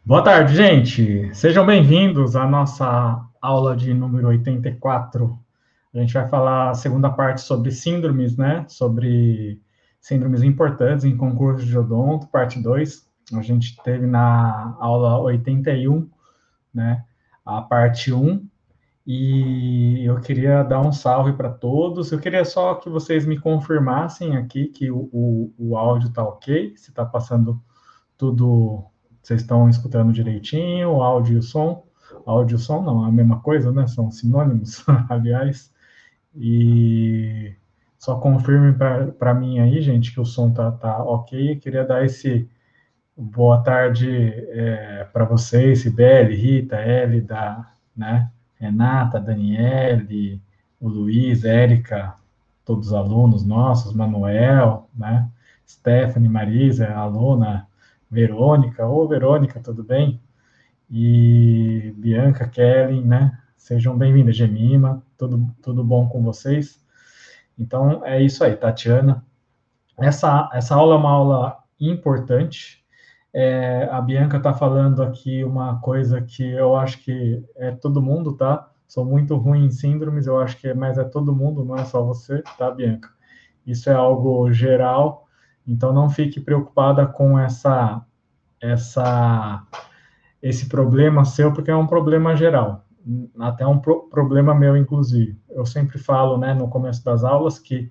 Boa tarde, gente. Sejam bem-vindos à nossa aula de número 84. A gente vai falar a segunda parte sobre síndromes, né? Sobre síndromes importantes em concurso de odonto, parte 2. A gente teve na aula 81, né? A parte um. E eu queria dar um salve para todos. Eu queria só que vocês me confirmassem aqui que o áudio está ok, se está passando tudo, vocês estão escutando direitinho, o áudio e o som. Áudio e o som não, é a mesma coisa, né? São sinônimos, aliás. E só confirme para mim aí, gente, que o som tá ok. Eu queria dar esse boa tarde para vocês, Sibeli, Rita, Hélida, né? Renata, Daniele, o Luiz, Érica, todos os alunos nossos, Manuel, né? Stephanie, Marisa, aluna, Verônica, ô Verônica, tudo bem? E Bianca, Kelly, né? Sejam bem-vindas, Gemima, tudo bom com vocês? Então, é isso aí, Tatiana. Essa aula é uma aula importante. A Bianca está falando aqui uma coisa que eu acho que é todo mundo, tá? Sou muito ruim em síndromes, eu acho que mas é todo mundo, não é só você, tá, Bianca? Isso é algo geral, então não fique preocupada com essa esse problema seu, porque é um problema geral, até um problema meu, inclusive. Eu sempre falo, né, no começo das aulas, que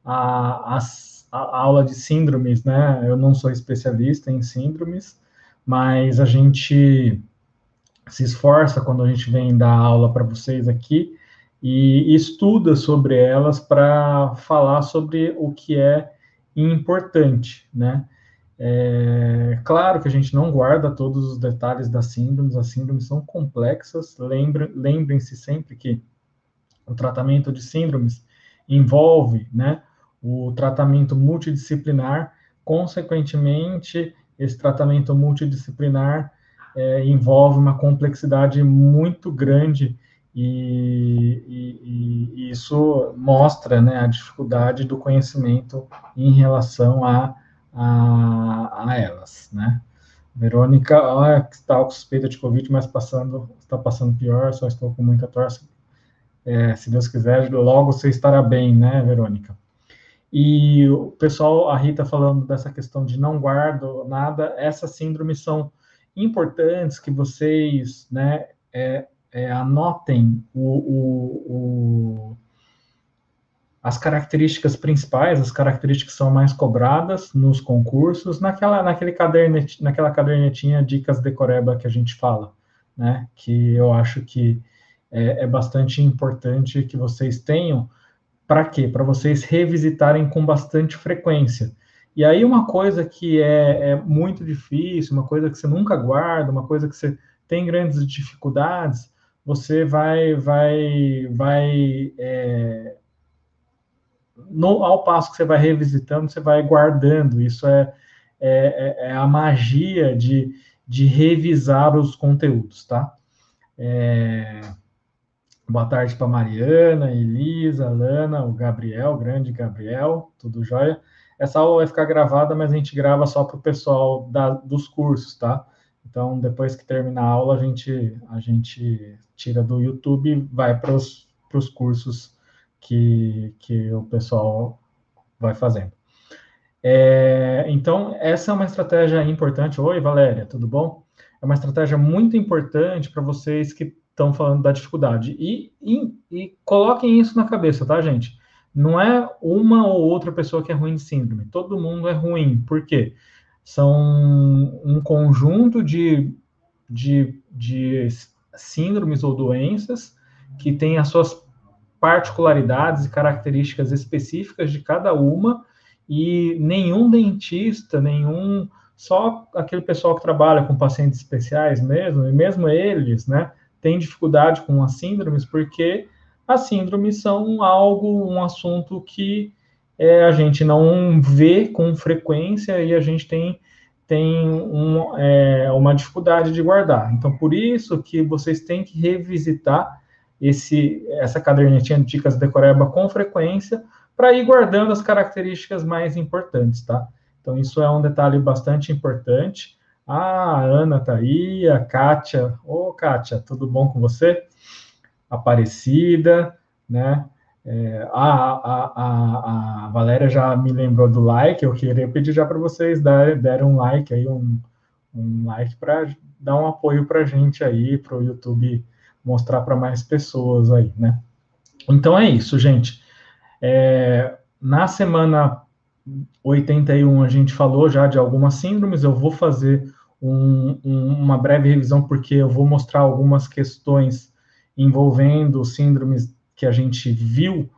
a aula de síndromes, né, eu não sou especialista em síndromes, mas a gente se esforça quando a gente vem dar aula para vocês aqui e estuda sobre elas para falar sobre o que é importante, né? Claro que a gente não guarda todos os detalhes das síndromes, as síndromes são complexas, lembrem-se sempre que o tratamento de síndromes envolve, né, o tratamento multidisciplinar, consequentemente, esse tratamento multidisciplinar envolve uma complexidade muito grande e isso mostra, né, a dificuldade do conhecimento em relação a elas, né? Verônica, que está com suspeita de Covid, mas está passando pior, só estou com muita tosse. Se Deus quiser, logo você estará bem, né, Verônica? E o pessoal, a Rita falando dessa questão de não guardo nada, essas síndromes são importantes que vocês, né, anotem as características principais, as características que são mais cobradas nos concursos, naquela cadernetinha Dicas Decoreba que a gente fala, né? Que eu acho que é bastante importante que vocês tenham. Para quê? Para vocês revisitarem com bastante frequência. E aí uma coisa que é muito difícil, uma coisa que você nunca guarda, uma coisa que você tem grandes dificuldades, você ao passo que você vai revisitando, você vai guardando. Isso é a magia de revisar os conteúdos, tá? Boa tarde para Mariana, Elisa, Lana, o Gabriel, o grande Gabriel, tudo jóia? Essa aula vai ficar gravada, mas a gente grava só para o pessoal dos cursos, tá? Então, depois que terminar a aula, a gente tira do YouTube e vai para os cursos que o pessoal vai fazendo. Então, essa é uma estratégia importante. Oi, Valéria, tudo bom? É uma estratégia muito importante para vocês que estão falando da dificuldade. E coloquem isso na cabeça, tá, gente? Não é uma ou outra pessoa que é ruim de síndrome. Todo mundo é ruim. Por quê? São um conjunto de síndromes ou doenças que têm as suas particularidades e características específicas de cada uma, e nenhum dentista, só aquele pessoal que trabalha com pacientes especiais mesmo, e mesmo eles, né, tem dificuldade com as síndromes, porque as síndromes são um assunto que a gente não vê com frequência e a gente tem uma dificuldade de guardar. Então, por isso que vocês têm que revisitar essa cadernetinha de dicas decoreba com frequência para ir guardando as características mais importantes, tá? Então, isso é um detalhe bastante importante. Ah, a Ana tá aí, a Kátia. Ô, Kátia, tudo bom com você? Aparecida, né? A Valéria já me lembrou do like, eu queria pedir já para vocês darem um like aí, um like para dar um apoio para a gente aí, para o YouTube mostrar para mais pessoas aí, né? Então é isso, gente. Na semana 81 a gente falou já de algumas síndromes, eu vou fazer uma breve revisão porque eu vou mostrar algumas questões envolvendo síndromes que a gente viu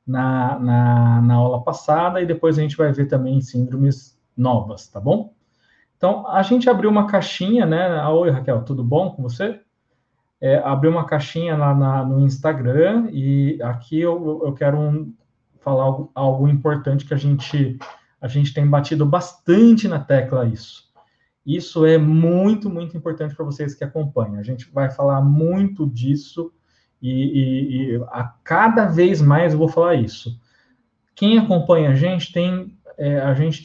na aula passada e depois a gente vai ver também síndromes novas, tá bom? Então, a gente abriu uma caixinha, né? Oi, Raquel, tudo bom com você? Abriu uma caixinha lá no Instagram e aqui eu quero falar algo importante que a gente tem batido bastante na tecla isso. Isso é muito, muito importante para vocês que acompanham. A gente vai falar muito disso e a cada vez mais eu vou falar isso. Quem acompanha a gente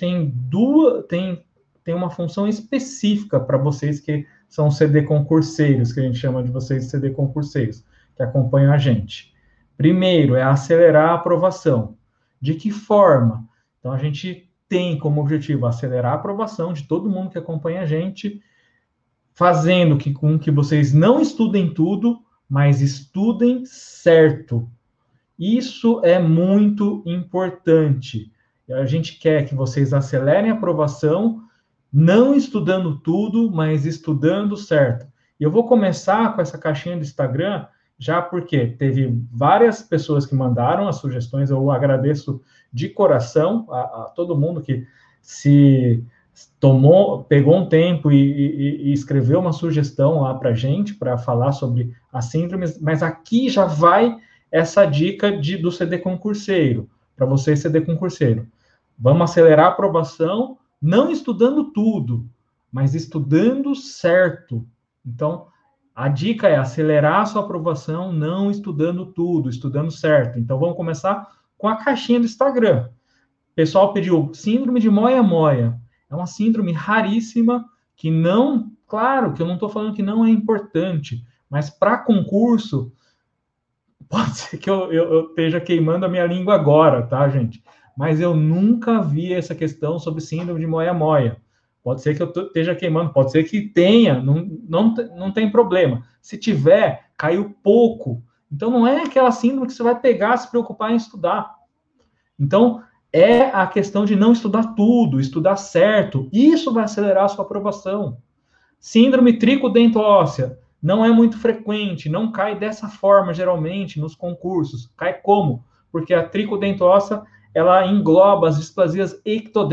tem uma função específica para vocês que são CD concurseiros, que a gente chama de vocês de CD concurseiros, que acompanham a gente. Primeiro é acelerar a aprovação. De que forma? Então a gente tem como objetivo acelerar a aprovação de todo mundo que acompanha a gente, fazendo com que vocês não estudem tudo, mas estudem certo. Isso é muito importante. A gente quer que vocês acelerem a aprovação, não estudando tudo, mas estudando certo. E eu vou começar com essa caixinha do Instagram, já porque teve várias pessoas que mandaram as sugestões, eu agradeço de coração a todo mundo que se pegou um tempo e escreveu uma sugestão lá para a gente, para falar sobre as síndromes, mas aqui já vai essa dica do CD concurseiro, para você CD concurseiro. Vamos acelerar a aprovação, não estudando tudo, mas estudando certo. Então, a dica é acelerar a sua aprovação, não estudando tudo, estudando certo. Então, vamos começar com a caixinha do Instagram. O pessoal pediu síndrome de moia-moia. É uma síndrome raríssima que não, claro, que eu não estou falando que não é importante, mas para concurso, pode ser que eu esteja queimando a minha língua agora, tá, gente? Mas eu nunca vi essa questão sobre síndrome de moia-moia. Pode ser que eu esteja queimando, pode ser que tenha, não tem problema. Se tiver, caiu pouco. Então, não é aquela síndrome que você vai pegar, se preocupar em estudar. Então, é a questão de não estudar tudo, estudar certo. Isso vai acelerar a sua aprovação. Síndrome tricodento-óssea não é muito frequente, não cai dessa forma, geralmente, nos concursos. Cai como? Porque a tricodento-óssea, ela engloba as displasias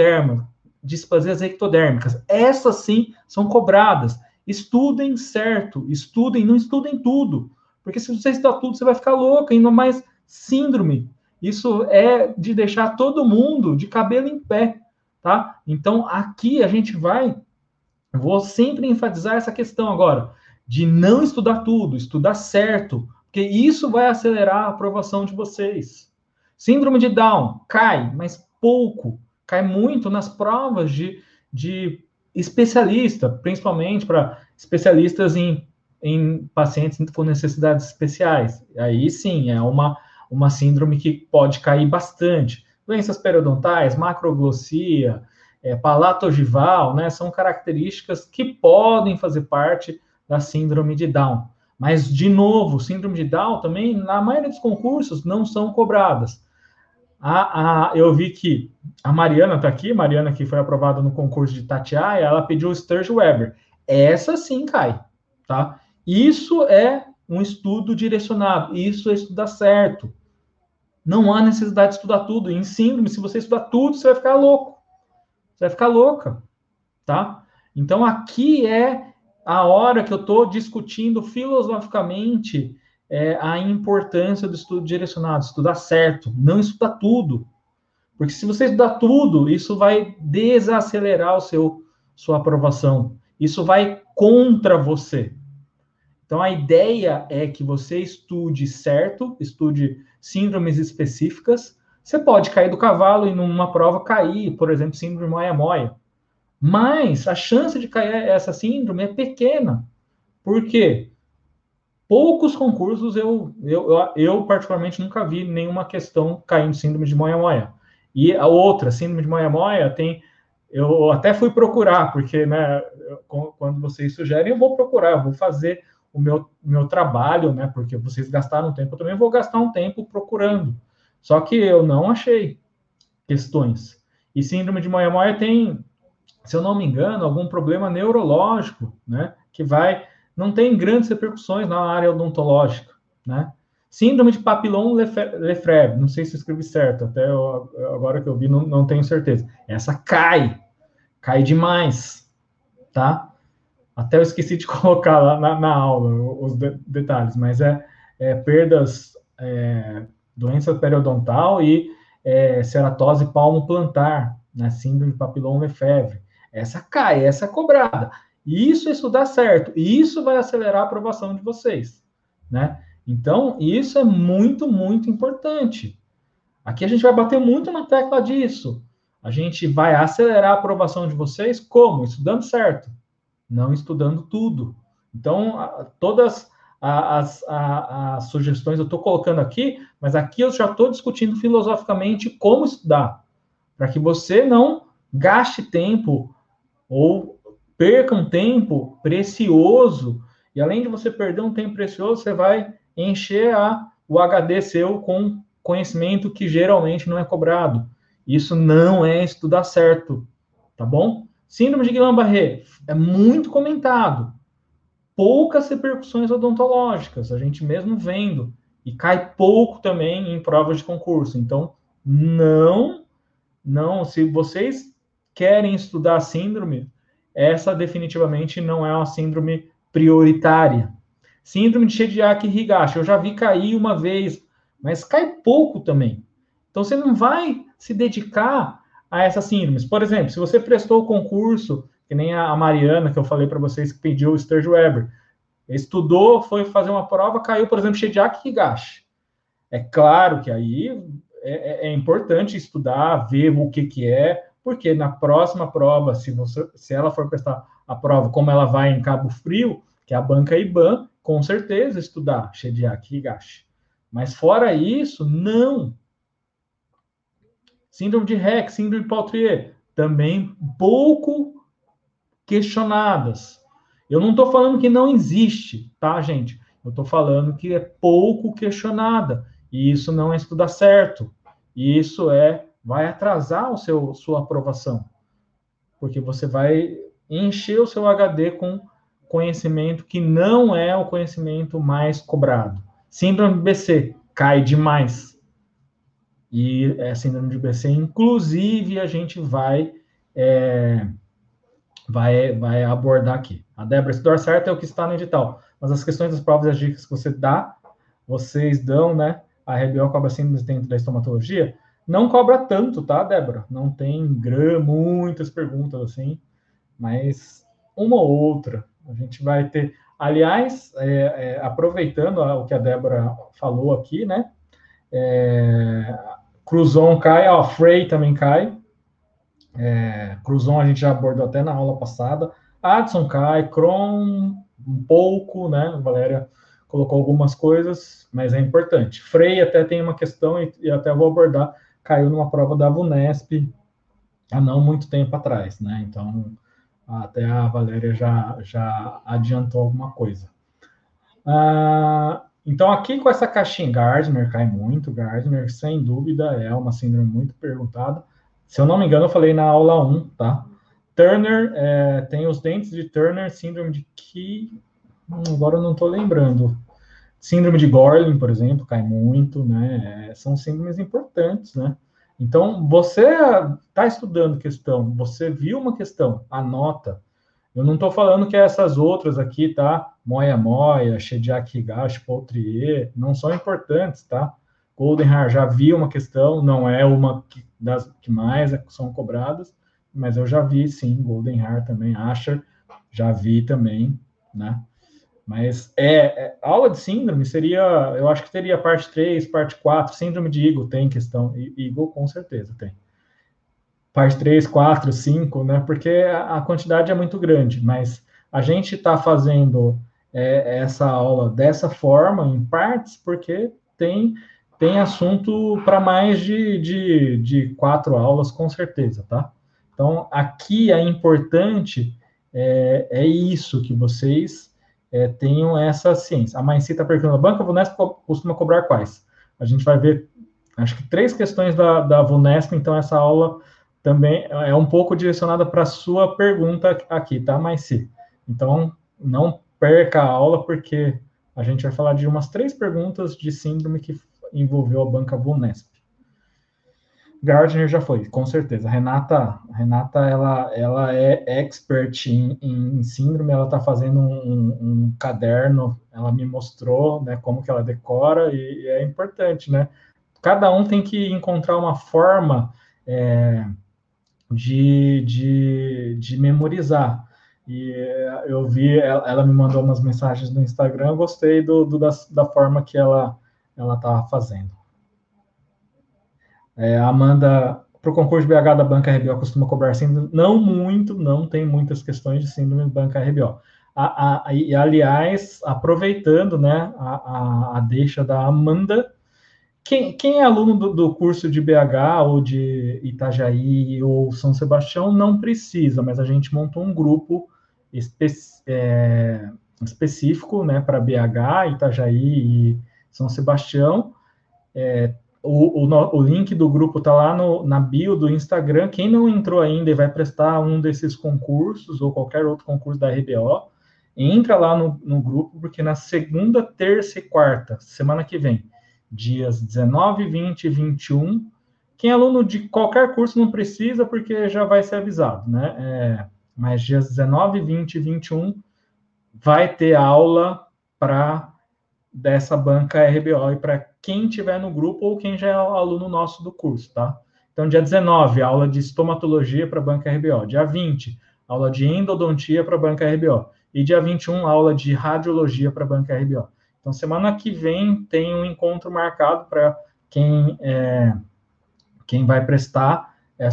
ectodérmicas. Essas, sim, são cobradas. Estudem certo, estudem, não estudem tudo. Porque se você estudar tudo, você vai ficar louco, ainda mais síndrome. Isso é de deixar todo mundo de cabelo em pé, tá? Então, aqui a gente vou sempre enfatizar essa questão agora, de não estudar tudo, estudar certo, porque isso vai acelerar a aprovação de vocês. Síndrome de Down, cai, mas pouco. Cai muito nas provas de especialista, principalmente para especialistas em pacientes com necessidades especiais. Aí sim, é uma síndrome que pode cair bastante. Doenças periodontais, macroglossia, palato ogival, né, são características que podem fazer parte da síndrome de Down. Mas, de novo, síndrome de Down também, na maioria dos concursos, não são cobradas. Eu vi que a Mariana está aqui, Mariana que foi aprovada no concurso de Tatiaia, ela pediu o Sturge-Weber. Essa sim cai, tá? Isso é um estudo direcionado, isso é estudar certo. Não há necessidade de estudar tudo. Em síndrome, se você estudar tudo, você vai ficar louco. Você vai ficar louca, tá? Então, aqui é a hora que eu estou discutindo filosoficamente a importância do estudo direcionado, estudar certo, não estudar tudo. Porque se você estudar tudo, isso vai desacelerar sua aprovação. Isso vai contra você. Então, a ideia é que você estude certo, estude síndromes específicas. Você pode cair do cavalo e numa prova cair, por exemplo, síndrome moia-moia. Mas a chance de cair essa síndrome é pequena. Por quê? Poucos concursos eu particularmente nunca vi nenhuma questão caindo síndrome de moia-moia. E a outra, síndrome de moia-moia, eu até fui procurar, porque, né, quando vocês sugerem, eu vou procurar, eu vou fazer o meu trabalho, né, porque vocês gastaram tempo, eu também vou gastar um tempo procurando. Só que eu não achei questões. E síndrome de moia-moia tem, se eu não me engano, algum problema neurológico, né? Que não tem grandes repercussões na área odontológica, né? Síndrome de Papillon-Lefebvre, não sei se escrevi certo, agora que eu vi, não tenho certeza. Essa cai demais, tá? Até eu esqueci de colocar lá na aula os detalhes, mas perdas, doença periodontal e ceratose palmo-plantar, né? Síndrome de Papillon-Lefebvre. Essa cai, essa é cobrada. E isso dá certo. E isso vai acelerar a aprovação de vocês, né? Então, isso é muito, muito importante. Aqui a gente vai bater muito na tecla disso. A gente vai acelerar a aprovação de vocês como? Estudando certo, não estudando tudo. Então, todas as sugestões eu estou colocando aqui, mas aqui eu já estou discutindo filosoficamente como estudar, para que você não gaste tempo ou perca um tempo precioso, e além de você perder um tempo precioso, você vai encher o HD seu com conhecimento que geralmente não é cobrado. Isso não é estudar certo, tá bom? Síndrome de Guillain-Barré é muito comentado, poucas repercussões odontológicas, a gente mesmo vendo, e cai pouco também em provas de concurso. Então, se vocês querem estudar síndrome, essa definitivamente não é uma síndrome prioritária. Síndrome de Shediac-Higashi, eu já vi cair uma vez, mas cai pouco também. Então, você não vai se dedicar a essas síndromes. Por exemplo, se você prestou o concurso, que nem a Mariana, que eu falei para vocês, que pediu o Sturge-Weber, estudou, foi fazer uma prova, caiu, por exemplo, Shediac-Higashi. É claro que aí é importante estudar, ver o que é, porque na próxima prova, se ela for prestar a prova, como ela vai em Cabo Frio, que é a banca IBAN, com certeza estudar Shediac e Higashi. Mas fora isso, não. Síndrome de Rex, síndrome de Pautrier, também pouco questionadas. Eu não estou falando que não existe, tá, gente? Eu estou falando que é pouco questionada. E isso não é estudar certo. E isso vai atrasar sua aprovação. Porque você vai encher o seu HD com conhecimento que não é o conhecimento mais cobrado. Síndrome de BC cai demais. E síndrome de BC, inclusive, a gente vai abordar aqui. A Débora, estudar certo é o que está no edital, mas as questões das provas e as dicas que vocês dão, né? A RBO cobra síndromes dentro da estomatologia? Não cobra tanto, tá, Débora? Não tem muitas perguntas assim, mas uma ou outra a gente vai ter. Aliás, aproveitando o que a Débora falou aqui, né? Cruzon cai, Frey também cai. Cruzon a gente já abordou até na aula passada. Adson cai, Cron um pouco, né? A Valéria colocou algumas coisas, mas é importante. Frey até tem uma questão, e até vou abordar, caiu numa prova da VUNESP há não muito tempo atrás, né? Então, até a Valéria já adiantou alguma coisa. Então, aqui com essa caixinha, Gardner cai muito. Gardner, sem dúvida, é uma síndrome muito perguntada. Se eu não me engano, eu falei na aula 1, tá? Turner, tem os dentes de Turner, síndrome de que... agora eu não estou lembrando. Síndrome de Gorlin, por exemplo, cai muito, né? São síndromes importantes, né? Então, você está estudando questão, você viu uma questão, anota. Eu não estou falando que essas outras aqui, tá? Moia-moia, Shediac Higashi, Pautrier, não são importantes, tá? Goldenhar, já vi uma questão, não é uma das que mais são cobradas, mas eu já vi, sim, Goldenhar também, Asher, já vi também, né? Mas aula de síndrome seria, eu acho que teria parte 3, parte 4, síndrome de Eagle tem questão, Eagle com certeza tem. Parte 3, 4, 5, né? Porque a quantidade é muito grande, mas a gente está fazendo essa aula dessa forma, em partes, porque tem assunto para mais de 4 aulas, com certeza, tá? Então, aqui é importante isso, que vocês tenham essa ciência. A Mainci está perguntando, a banca Vunesp costuma cobrar quais? A gente vai ver, acho que 3 questões da Vunesp, então essa aula também é um pouco direcionada para a sua pergunta aqui, tá, Mainci? Então, não perca a aula, porque a gente vai falar de umas 3 perguntas de síndrome que envolveu a banca Vunesp. Gardner já foi, com certeza. Renata ela é expert em síndrome, ela está fazendo um caderno, ela me mostrou, né, como que ela decora, e é importante, né? Cada um tem que encontrar uma forma de memorizar. E eu vi, ela me mandou umas mensagens no Instagram, eu gostei da forma que ela está fazendo. Amanda, para o concurso de BH da Banca RBO, costuma cobrar síndrome? Não muito, não tem muitas questões de síndrome de Banca RBO. E, aliás, aproveitando, né, a deixa da Amanda, quem é aluno do curso de BH ou de Itajaí ou São Sebastião não precisa, mas a gente montou um grupo específico, né, para BH, Itajaí e São Sebastião. O link do grupo está lá na bio do Instagram. Quem não entrou ainda e vai prestar um desses concursos ou qualquer outro concurso da RBO, entra lá no grupo, porque na segunda, terça e quarta, semana que vem, dias 19, 20 e 21, quem é aluno de qualquer curso não precisa, porque já vai ser avisado, né? Mas dias 19, 20 e 21 vai ter aula para dessa banca RBO e para quem tiver no grupo ou quem já é aluno nosso do curso, tá? Então, dia 19, aula de estomatologia para a banca RBO. Dia 20, aula de endodontia para a banca RBO. E dia 21, aula de radiologia para a banca RBO. Então, semana que vem tem um encontro marcado para quem vai prestar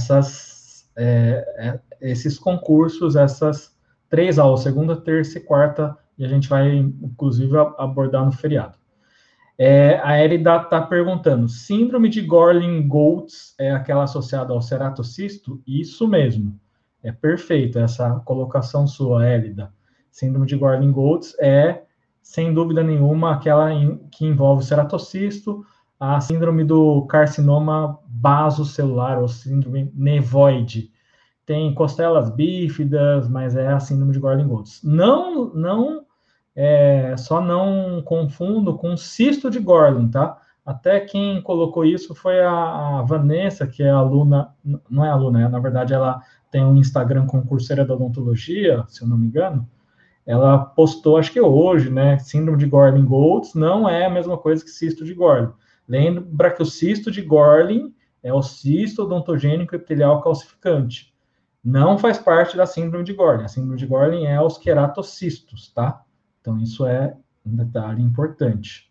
esses concursos, essas 3 aulas, segunda, terça e quarta, e a gente vai, inclusive, abordar no feriado. A Erida está perguntando, síndrome de Gorlin-Goltz é aquela associada ao ceratocisto? Isso mesmo, é perfeito essa colocação sua, Erida. Síndrome de Gorlin-Goltz é, sem dúvida nenhuma, aquela que envolve o ceratocisto, a síndrome do carcinoma basocelular, ou síndrome nevoide. Tem costelas bífidas, mas é a síndrome de Gorlin-Goltz. Só não confundo com cisto de Gorlin, tá? Até quem colocou isso foi a Vanessa, que é aluna, não é aluna, na verdade ela tem um Instagram concurseira da odontologia, se eu não me engano. Ela postou, acho que hoje, né? Síndrome de Gorlin-Goltz não é a mesma coisa que cisto de Gorlin. Lembra que o cisto de Gorlin é o cisto odontogênico epitelial calcificante. Não faz parte da síndrome de Gorlin. A síndrome de Gorlin é os queratocistos, tá? Então, isso é um detalhe importante.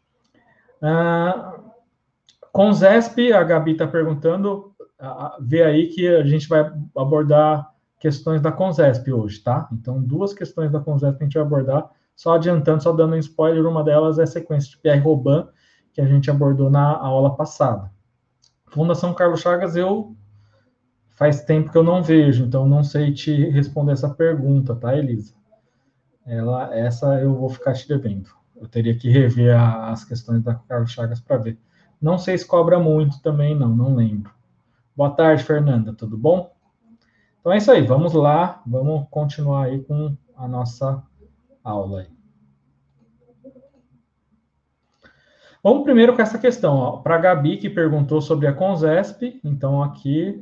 Com ZESP, a Gabi está perguntando, vê aí que a gente vai abordar questões da CONZESP hoje, tá? Então, 2 questões da CONZESP a gente vai abordar, só adiantando, só dando um spoiler, uma delas é a sequência de Pierre-Robin, que a gente abordou na aula passada. Fundação Carlos Chagas, faz tempo que eu não vejo, então não sei te responder essa pergunta, tá, Elisa? Essa eu vou ficar te devendo. Eu teria que rever as questões da Carlos Chagas para ver. Não sei se cobra muito também, não lembro. Boa tarde, Fernanda, tudo bom? Então é isso aí, vamos lá, vamos continuar aí com a nossa aula aí. Vamos primeiro com essa questão, para a Gabi, que perguntou sobre a CONZESP, então aqui,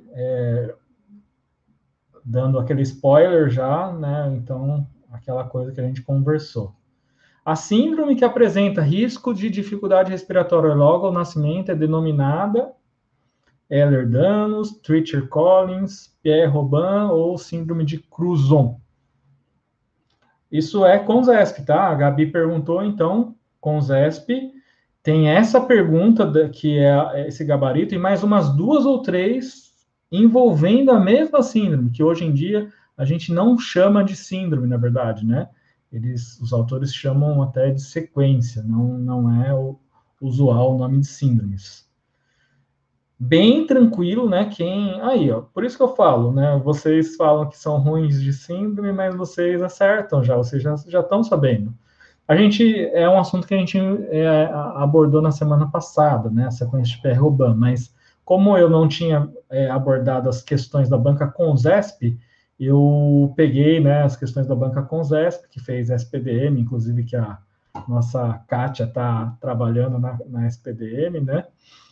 dando aquele spoiler já, né, então, aquela coisa que a gente conversou. A síndrome que apresenta risco de dificuldade respiratória logo ao nascimento é denominada Ehlers-Danlos, Treacher-Collins, Pierre-Robin ou síndrome de Cruzon. Isso é CONZESP, tá? A Gabi perguntou, então, CONZESP tem essa pergunta, que é esse gabarito, e mais umas 2 ou 3 envolvendo a mesma síndrome, que hoje em dia a gente não chama de síndrome, na verdade, né? Os autores chamam até de sequência, não é o usual o nome de síndromes. Bem tranquilo, né? Aí, ó, por isso que eu falo, né? Vocês falam que são ruins de síndrome, mas vocês acertam já, vocês já estão sabendo. É um assunto que a gente abordou na semana passada, né? A sequência de PR-Robin, mas como eu não tinha abordado as questões da banca Conzesp, eu peguei, né, as questões da banca Conzesp, que fez SPDM, inclusive que a nossa Kátia está trabalhando na SPDM, né?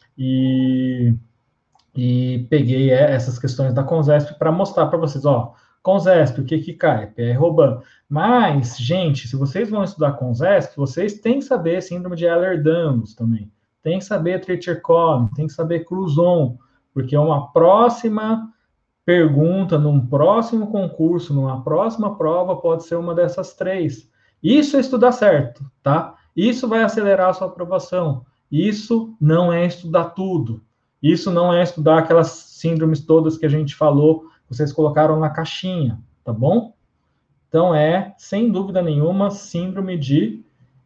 E peguei essas questões da Conzesp para mostrar para vocês, ó, Conzesp, o que que cai? PR-Robin. Mas, gente, se vocês vão estudar Conzesp, vocês têm que saber síndrome de Ehlers-Danlos também. Tem que saber Treacher-Collins, tem que saber Cruzon, porque uma próxima pergunta, num próximo concurso, numa próxima prova, pode ser uma dessas três. Isso é estudar certo, tá? Isso vai acelerar a sua aprovação. Isso não é estudar tudo. Isso não é estudar aquelas síndromes todas que a gente falou, que vocês colocaram na caixinha, tá bom? Então sem dúvida nenhuma, síndrome de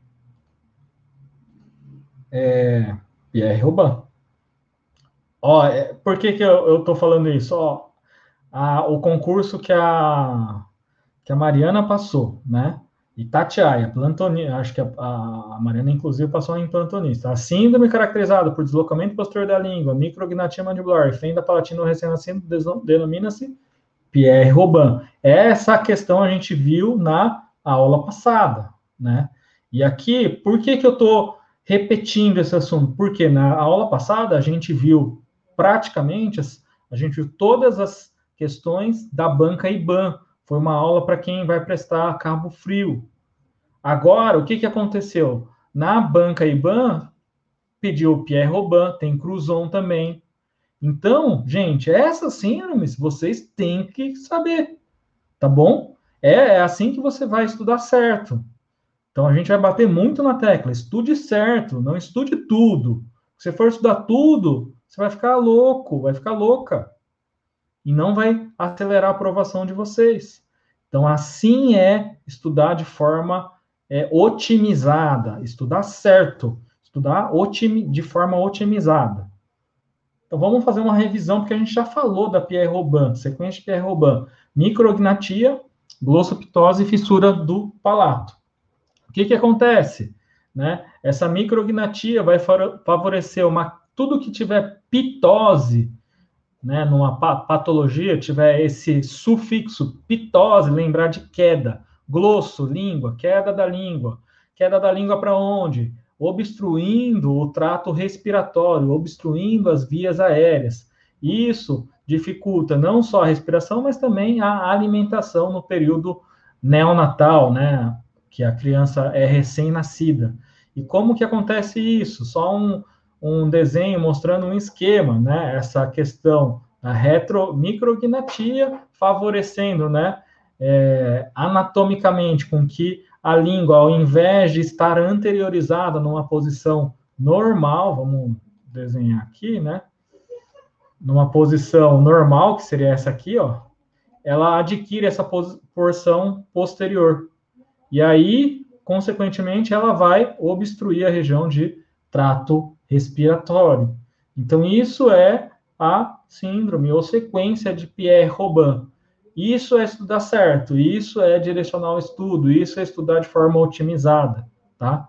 Pierre-Robin. Ó, por que eu estou falando isso? Ó, o concurso que a Mariana passou, né? Itatiaia, plantonista, acho que a Mariana, inclusive, passou em plantonista. A síndrome caracterizada por deslocamento posterior da língua, micrognatia mandibular e fenda palatina no recém-nascido denomina-se Pierre-Robin. Essa questão a gente viu na aula passada, né? E aqui, por que eu estou repetindo esse assunto? Porque na aula passada a gente viu praticamente, a gente viu todas as questões da banca IBAN. Foi uma aula para quem vai prestar Cabo Frio. Agora, o que aconteceu? Na banca IBAN, pediu Pierre-Robin, tem Cruzon também. Então, gente, essas síndromes vocês têm que saber, tá bom? É assim que você vai estudar certo. Então, a gente vai bater muito na tecla. Estude certo, não estude tudo. Se você for estudar tudo, você vai ficar louco, vai ficar louca. E não vai acelerar a aprovação de vocês. Então, assim é estudar de forma otimizada, estudar certo, estudar de forma otimizada. Então, vamos fazer uma revisão, porque a gente já falou da Pierre-Robin, sequência de Pierre-Robin, micrognatia, glossoptose e fissura do palato. O que acontece? Né? Essa micrognatia vai favorecer tudo que tiver pitose, né, numa patologia, tiver esse sufixo pitose, lembrar de queda, glosso, língua, queda da língua para onde? Obstruindo o trato respiratório, obstruindo as vias aéreas. Isso dificulta não só a respiração, mas também a alimentação no período neonatal, né, que a criança é recém-nascida. E como que acontece isso? Só um desenho mostrando um esquema, né? Essa questão da retromicrognatia favorecendo, né? Anatomicamente, com que a língua, ao invés de estar anteriorizada numa posição normal, vamos desenhar aqui, né? Numa posição normal, que seria essa aqui, ó, ela adquire essa porção posterior. E aí, consequentemente, ela vai obstruir a região de trato respiratório. Então, isso é a síndrome ou sequência de Pierre-Robin. Isso é estudar certo, isso é direcionar o estudo, isso é estudar de forma otimizada, tá?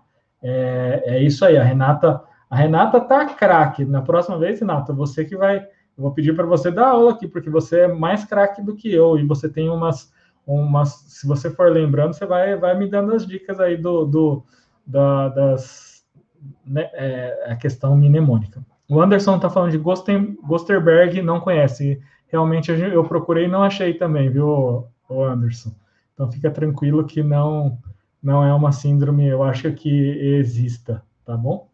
É isso aí, a Renata tá craque. Na próxima vez, Renata, você que vai, eu vou pedir para você dar aula aqui, porque você é mais craque do que eu, e você tem se você for lembrando, você vai me dando as dicas aí né, a questão mnemônica. O Anderson está falando de Gosterberg, não conhece. Realmente eu procurei e não achei também, viu, o Anderson? Então fica tranquilo que não é uma síndrome, eu acho que exista, tá bom?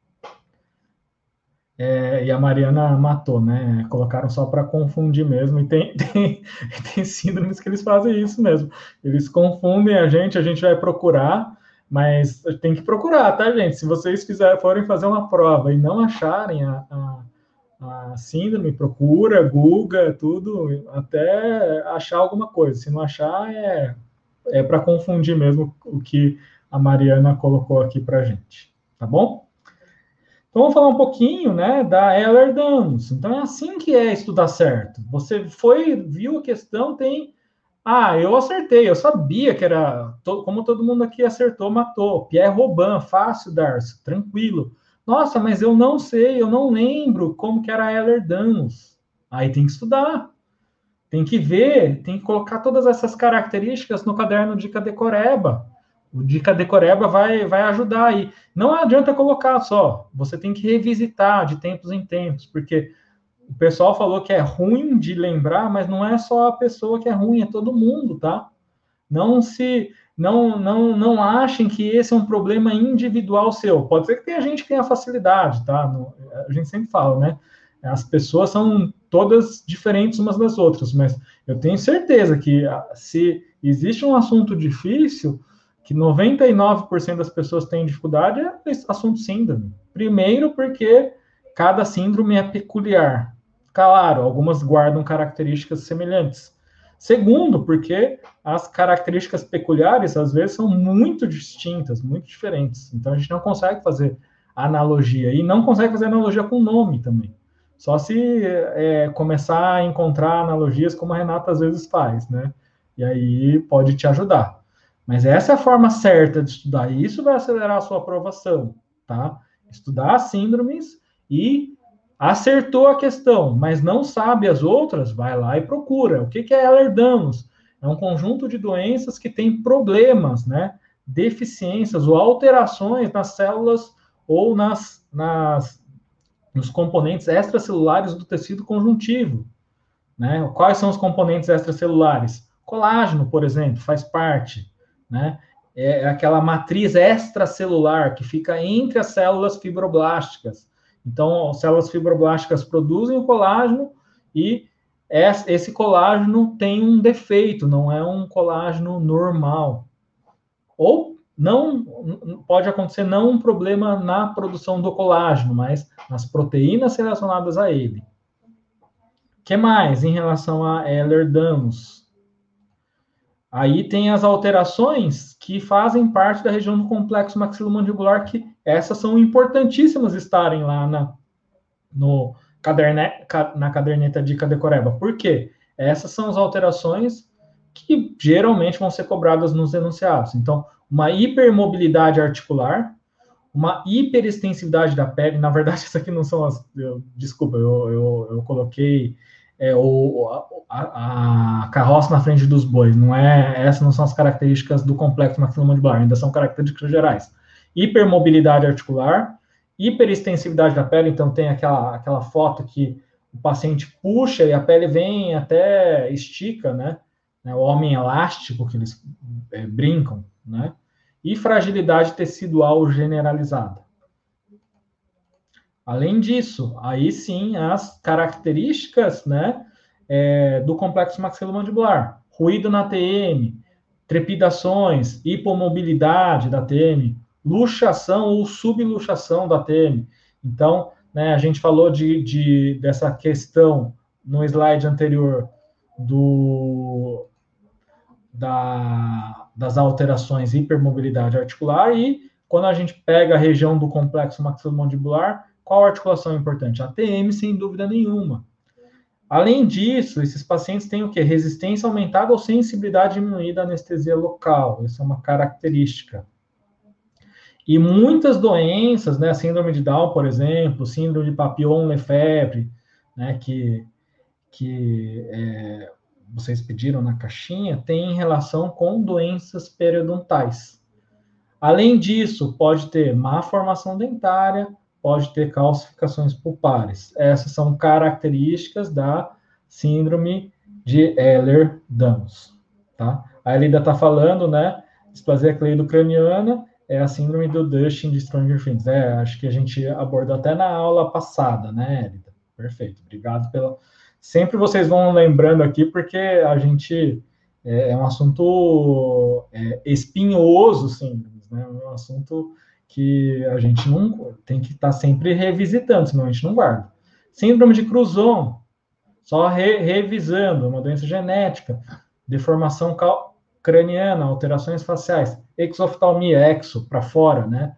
E a Mariana matou, né? Colocaram só para confundir mesmo. E tem síndromes que eles fazem isso mesmo. Eles confundem a gente vai procurar, mas tem que procurar, tá, gente? Se vocês forem fazer uma prova e não acharem a síndrome, procura, Google, tudo, até achar alguma coisa. Se não achar, é para confundir mesmo o que a Mariana colocou aqui para a gente, tá bom? Então, vamos falar um pouquinho, né, da Ehlers-Danlos. Então, é assim que é estudar certo. Você foi, viu a questão, tem... Ah, eu acertei, eu sabia que era... Como todo mundo aqui acertou, matou. Pierre Robin, fácil, Darcy, tranquilo. Nossa, mas eu não sei, eu não lembro como que era a Ehlers-Danlos. Aí tem que estudar. Tem que ver, tem que colocar todas essas características no caderno Dica Decoreba. O Dica Decoreba vai ajudar aí. Não adianta colocar só, você tem que revisitar de tempos em tempos, porque o pessoal falou que é ruim de lembrar, mas não é só a pessoa que é ruim, é todo mundo, tá? Não achem que esse é um problema individual seu. Pode ser que tenha gente que tenha facilidade, tá? A gente sempre fala, né? As pessoas são todas diferentes umas das outras, mas eu tenho certeza que se existe um assunto difícil, que 99% das pessoas têm dificuldade, é esse assunto síndrome. Primeiro, porque cada síndrome é peculiar. Claro, algumas guardam características semelhantes. Segundo, porque as características peculiares, às vezes, são muito distintas, muito diferentes. Então, a gente não consegue fazer analogia. E não consegue fazer analogia com nome também. Só se começar a encontrar analogias como a Renata às vezes faz, né? E aí pode te ajudar. Mas essa é a forma certa de estudar. E isso vai acelerar a sua aprovação, tá? Estudar as síndromes e acertou a questão, mas não sabe as outras, vai lá e procura. O que é Ehlers-Danlos? É um conjunto de doenças que tem problemas, né? Deficiências ou alterações nas células ou nos componentes extracelulares do tecido conjuntivo. Né? Quais são os componentes extracelulares? Colágeno, por exemplo, faz parte. Né? É aquela matriz extracelular que fica entre as células fibroblásticas. Então, as células fibroblásticas produzem o colágeno e esse colágeno tem um defeito, não é um colágeno normal. Ou não pode acontecer não um problema na produção do colágeno, mas nas proteínas relacionadas a ele. O que mais em relação a Ehlers-Danlos? Aí tem as alterações que fazem parte da região do complexo maxilomandibular, que essas são importantíssimas estarem lá na caderneta Dica Decoreba. Por quê? Essas são as alterações que geralmente vão ser cobradas nos enunciados. Então, uma hipermobilidade articular, uma hiperextensividade da pele. Na verdade, essas aqui não são as... desculpa, eu coloquei a carroça na frente dos bois. Não é, essas não são as características do complexo maxilomandibular, ainda são características gerais. Hipermobilidade articular, hiperextensividade da pele, então tem aquela foto que o paciente puxa e a pele vem até estica, né? O homem elástico, que eles brincam, né? E fragilidade tecidual generalizada. Além disso, aí sim, as características, né, do complexo maxilomandibular. Ruído na TM, trepidações, hipomobilidade da TM, luxação ou subluxação da TM. Então, né, a gente falou dessa questão no slide anterior das alterações hipermobilidade articular e quando a gente pega a região do complexo maxilomandibular, qual articulação é importante? A TM, sem dúvida nenhuma. Além disso, esses pacientes têm o quê? Resistência aumentada ou sensibilidade diminuída à anestesia local. Essa é uma característica. E muitas doenças, né, síndrome de Down, por exemplo, síndrome de Papillon-Lefebvre, né, que vocês pediram na caixinha, tem relação com doenças periodontais. Além disso, pode ter má formação dentária, pode ter calcificações pulpares. Essas são características da síndrome de Ehlers-Danlos. Tá? A Elida está falando, né? Displasia cleido-craniana é a síndrome do Dustin de Stranger Things. Acho que a gente abordou até na aula passada, né, Elida? Perfeito. Obrigado pela... Sempre vocês vão lembrando aqui, porque a gente... É um assunto espinhoso, síndromes, né? É um assunto que a gente não tem que estar sempre revisitando, senão a gente não guarda. Síndrome de Cruzon, só revisando, uma doença genética, deformação craniana, alterações faciais, exoftalmia, exo, para fora, né?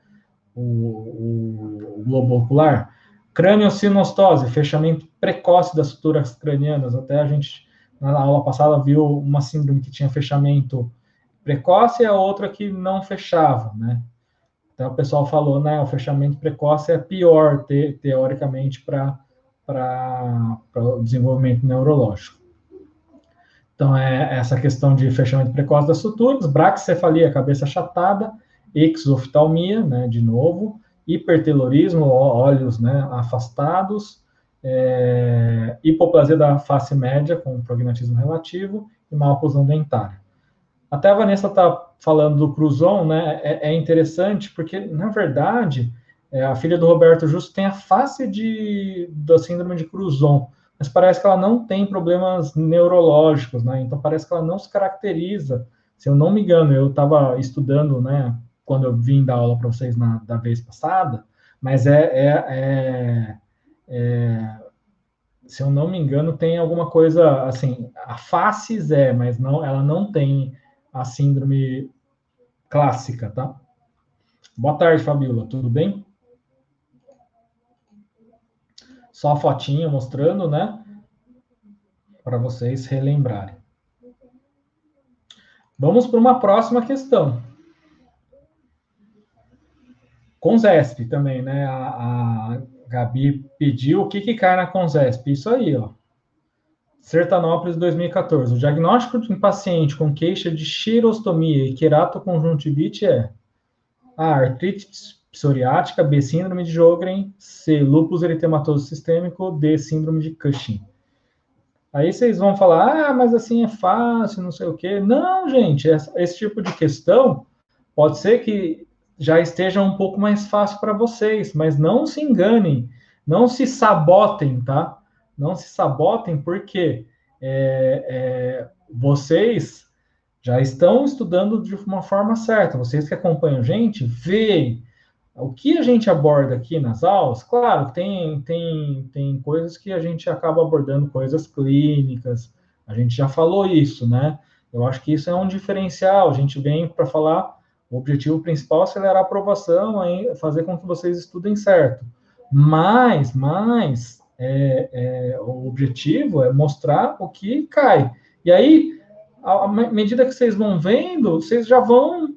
O globo ocular, crâniosinostose, fechamento precoce das suturas cranianas. Até a gente, na aula passada, viu uma síndrome que tinha fechamento precoce e a outra que não fechava, né? Então, o pessoal falou, né, o fechamento precoce é pior, teoricamente, para o desenvolvimento neurológico. Então, é essa questão de fechamento precoce das suturas, braquicefalia, cabeça achatada, exoftalmia, né, de novo, hipertelorismo, olhos, né, afastados, hipoplasia da face média, com prognatismo relativo, e má oclusão dentária. Até a Vanessa está falando do Cruzon, né, é interessante, porque, na verdade, a filha do Roberto Justo tem a face da síndrome de Cruzon, mas parece que ela não tem problemas neurológicos, né? Então parece que ela não se caracteriza. Se eu não me engano, eu estava estudando, né, quando eu vim dar aula para vocês da vez passada, mas se eu não me engano, tem alguma coisa assim, a faces mas não, ela não tem a síndrome clássica, tá? Boa tarde, Fabiola, tudo bem? Só a fotinha mostrando, né? Para vocês relembrarem. Vamos para uma próxima questão. Conzesp também, né? A Gabi pediu o que cai na Conzesp. Isso aí, ó. Sertanópolis 2014. O diagnóstico de um paciente com queixa de xerostomia e queratoconjuntivite é A. Artrite psoriática, B. Síndrome de Sjögren, C. Lúpus eritematoso sistêmico, D. Síndrome de Cushing. Aí vocês vão falar, mas assim é fácil, não sei o quê. Não, gente, esse tipo de questão pode ser que já esteja um pouco mais fácil para vocês, mas não se enganem, não se sabotem, tá? Não se sabotem, porque vocês já estão estudando de uma forma certa. Vocês que acompanham a gente, veem o que a gente aborda aqui nas aulas. Claro, tem coisas que a gente acaba abordando, coisas clínicas, a gente já falou isso, né? Eu acho que isso é um diferencial, a gente vem para falar, o objetivo principal é acelerar a aprovação, fazer com que vocês estudem certo. Mas o objetivo é mostrar o que cai. E aí, à medida que vocês vão vendo, vocês já vão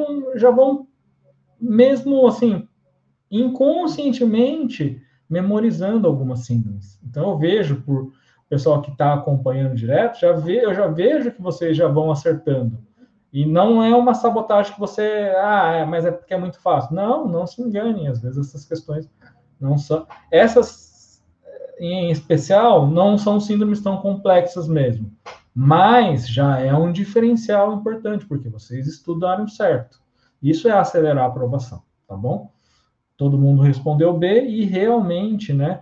mesmo assim, inconscientemente, memorizando algumas síndromes. Então, eu vejo, por pessoal que está acompanhando direto, eu já vejo que vocês já vão acertando. E não é uma sabotagem que você, mas é porque é muito fácil. Não, não se enganem, às vezes essas questões não são... Essas, em especial, não são síndromes tão complexas mesmo. Mas já é um diferencial importante, porque vocês estudaram certo. Isso é acelerar a aprovação, tá bom? Todo mundo respondeu B e realmente, né?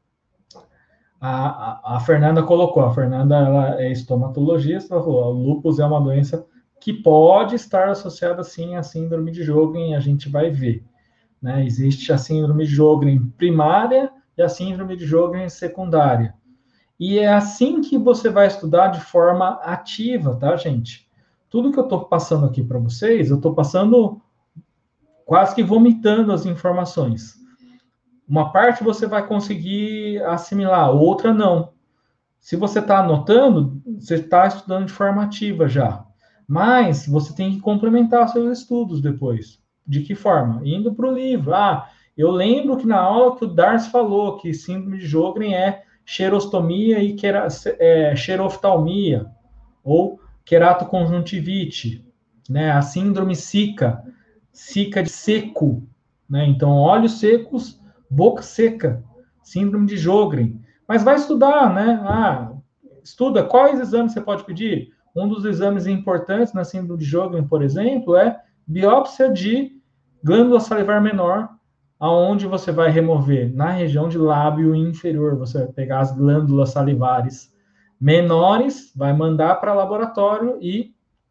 A Fernanda colocou, a Fernanda ela é estomatologista, ela falou, o lúpus é uma doença que pode estar associada sim à síndrome de Sjögren, a gente vai ver, né? Existe a síndrome de Sjögren primária e a síndrome de Sjögren secundária. E é assim que você vai estudar de forma ativa, tá, gente? Tudo que eu estou passando aqui para vocês, eu estou passando quase que vomitando as informações. Uma parte você vai conseguir assimilar, outra não. Se você está anotando, você está estudando de forma ativa já. Mas você tem que complementar seus estudos depois. De que forma? Indo para o livro. Eu lembro que na aula que o Darcy falou que síndrome de Sjögren é xerostomia e xeroftalmia, ou queratoconjuntivite, né? A síndrome Zika de seco, né? Então, olhos secos, boca seca, síndrome de Sjögren. Mas vai estudar, né? Estuda quais exames você pode pedir. Um dos exames importantes na síndrome de Sjögren, por exemplo, é biópsia de glândula salivar menor, aonde você vai remover na região de lábio inferior, você vai pegar as glândulas salivares menores, vai mandar para laboratório e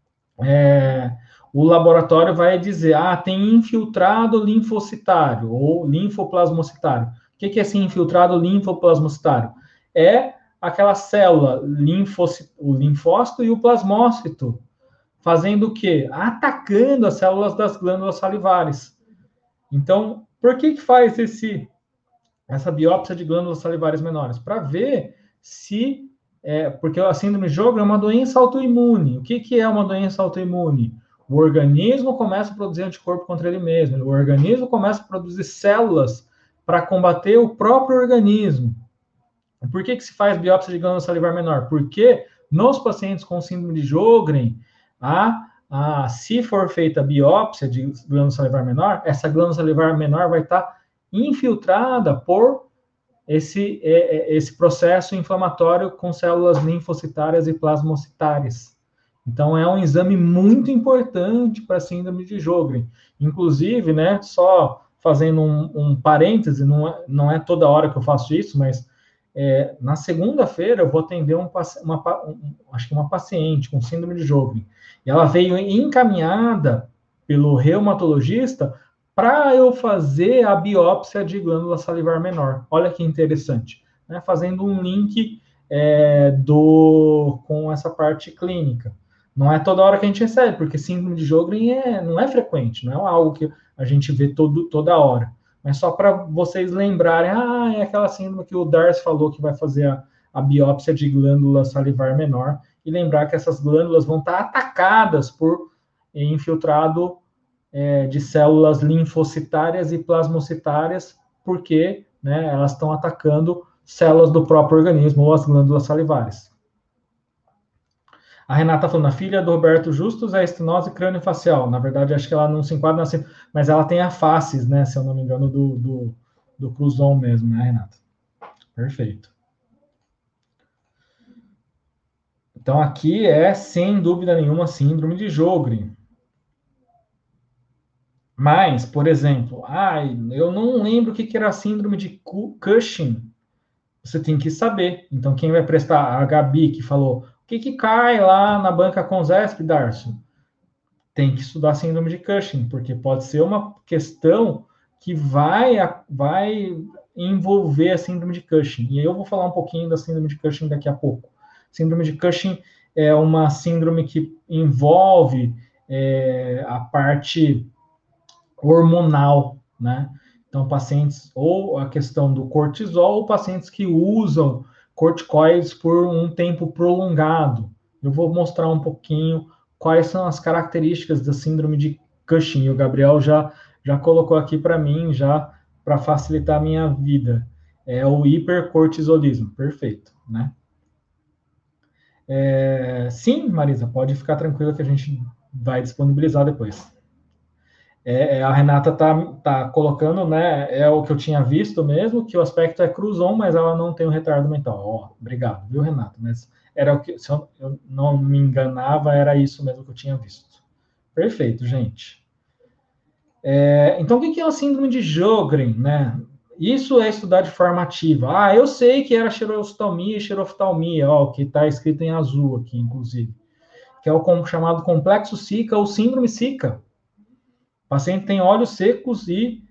o laboratório vai dizer, tem infiltrado linfocitário ou linfoplasmocitário. O que é esse infiltrado linfoplasmocitário? É aquela célula, o linfócito e o plasmócito, fazendo o quê? Atacando as células das glândulas salivares. Então, por que faz essa biópsia de glândulas salivares menores? Para ver se... porque a síndrome de Sjögren é uma doença autoimune. O que é uma doença autoimune? O organismo começa a produzir anticorpo contra ele mesmo. O organismo começa a produzir células para combater o próprio organismo. Por que se faz biópsia de glândula salivar menor? Porque nos pacientes com síndrome de Sjögren, se for feita a biópsia de glândula salivar menor, essa glândula salivar menor vai estar infiltrada por esse processo inflamatório com células linfocitárias e plasmocitárias. Então, é um exame muito importante para a síndrome de Sjögren. Inclusive, né, só fazendo um parêntese, não é toda hora que eu faço isso, mas na segunda-feira eu vou atender uma paciente com síndrome de Sjögren. E ela veio encaminhada pelo reumatologista para eu fazer a biópsia de glândula salivar menor. Olha que interessante, né? Fazendo um link com essa parte clínica. Não é toda hora que a gente recebe, porque síndrome de Sjögren não é frequente, não é algo que a gente vê toda hora. Mas só para vocês lembrarem, é aquela síndrome que o Darcy falou que vai fazer a biópsia de glândula salivar menor, e lembrar que essas glândulas vão estar atacadas por infiltrado de células linfocitárias e plasmocitárias, porque, né, elas estão atacando células do próprio organismo, ou as glândulas salivares. A Renata falando, a filha do Roberto Justus é estenose crâniofacial. Na verdade, acho que ela não se enquadra assim, mas ela tem a faces, né, se eu não me engano, do Cruzon mesmo, né, Renata? Perfeito. Então, aqui sem dúvida nenhuma, síndrome de Sjögren. Mas, por exemplo, eu não lembro o que era a síndrome de Cushing. Você tem que saber. Então, quem vai prestar? A Gabi, que falou, o que cai lá na banca Consesp, Darcio? Tem que estudar síndrome de Cushing, porque pode ser uma questão que vai envolver a síndrome de Cushing. E aí eu vou falar um pouquinho da síndrome de Cushing daqui a pouco. Síndrome de Cushing é uma síndrome que envolve a parte hormonal, né? Então, pacientes, ou a questão do cortisol, ou pacientes que usam corticoides por um tempo prolongado. Eu vou mostrar um pouquinho quais são as características da síndrome de Cushing. O Gabriel já colocou aqui para mim, já para facilitar a minha vida. É o hipercortisolismo. Perfeito, né? Sim, Marisa, pode ficar tranquila que a gente vai disponibilizar depois. A Renata tá colocando, né? É o que eu tinha visto mesmo, que o aspecto é Cruzon, mas ela não tem o retardo mental. Obrigado, viu, Renata? Mas era o que, se eu não me enganava, era isso mesmo que eu tinha visto. Perfeito, gente. Então, o que é a síndrome de Sjögren, né? Isso é estudar de forma ativa. Eu sei que era xerostomia e xeroftalmia, que está escrito em azul aqui, inclusive, que é o chamado complexo Zika ou síndrome Zika. O paciente tem olhos secos e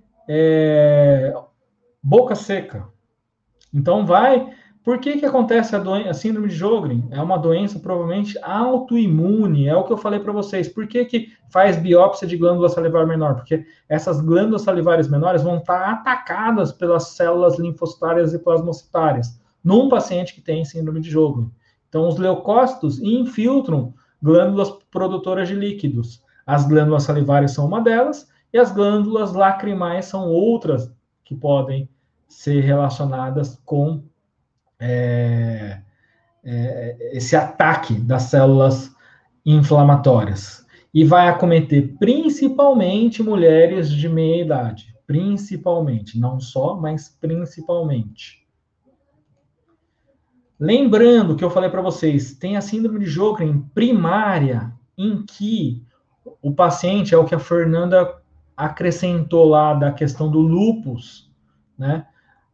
boca seca. Então, por que acontece a síndrome de Sjögren? É uma doença provavelmente autoimune, é o que eu falei para vocês. Por que faz biópsia de glândula salivar menor? Porque essas glândulas salivares menores vão estar atacadas pelas células linfocitárias e plasmocitárias num paciente que tem síndrome de Sjögren. Então, os leucócitos infiltram glândulas produtoras de líquidos. As glândulas salivares são uma delas, e as glândulas lacrimais são outras que podem ser relacionadas com esse ataque das células inflamatórias. E vai acometer principalmente mulheres de meia idade. Principalmente, não só, mas principalmente. Lembrando que eu falei para vocês, tem a síndrome de Sjögren primária, em que o paciente, é o que a Fernanda acrescentou lá da questão do lúpus, né?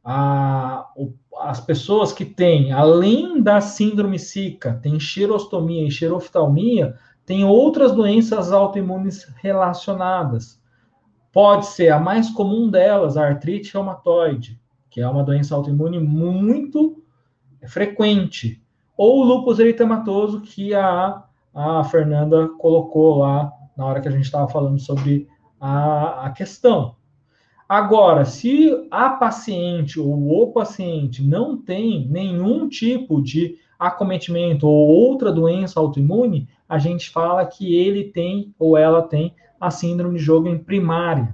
As pessoas que têm, além da síndrome Zika, tem xerostomia e xeroftalmia, tem outras doenças autoimunes relacionadas. Pode ser a mais comum delas, a artrite reumatoide, que é uma doença autoimune muito frequente, ou o lúpus eritematoso, que a Fernanda colocou lá na hora que a gente estava falando sobre a questão. Agora, se a paciente ou o paciente não tem nenhum tipo de acometimento ou outra doença autoimune, a gente fala que ele tem ou ela tem a síndrome de Sjögren primária.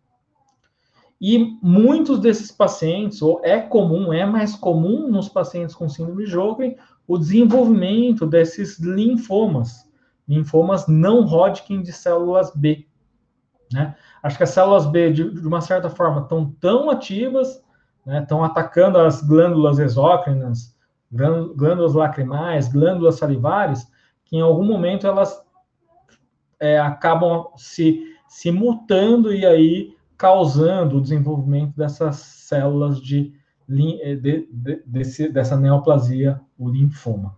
E muitos desses pacientes, ou é mais comum nos pacientes com síndrome de Sjögren, o desenvolvimento desses linfomas não Hodgkin de células B. Né? Acho que as células B, de uma certa forma, estão tão ativas, né, estão atacando as glândulas exócrinas, glândulas lacrimais, glândulas salivares, que em algum momento elas acabam se mutando e aí causando o desenvolvimento dessas células dessa neoplasia, o linfoma.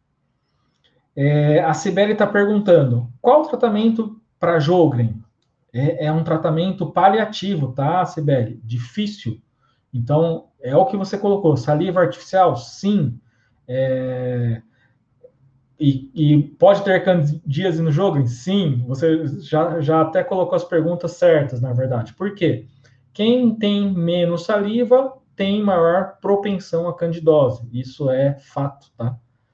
A Cibele está perguntando, qual o tratamento para Sjögren? É um tratamento paliativo, tá, Cibele? Difícil. Então, é o que você colocou. Saliva artificial? Sim. E pode ter candidíase no Sjögren? Sim. Você já até colocou as perguntas certas, na verdade. Por quê? Quem tem menos saliva tem maior propensão à candidose. Isso é fato, tá?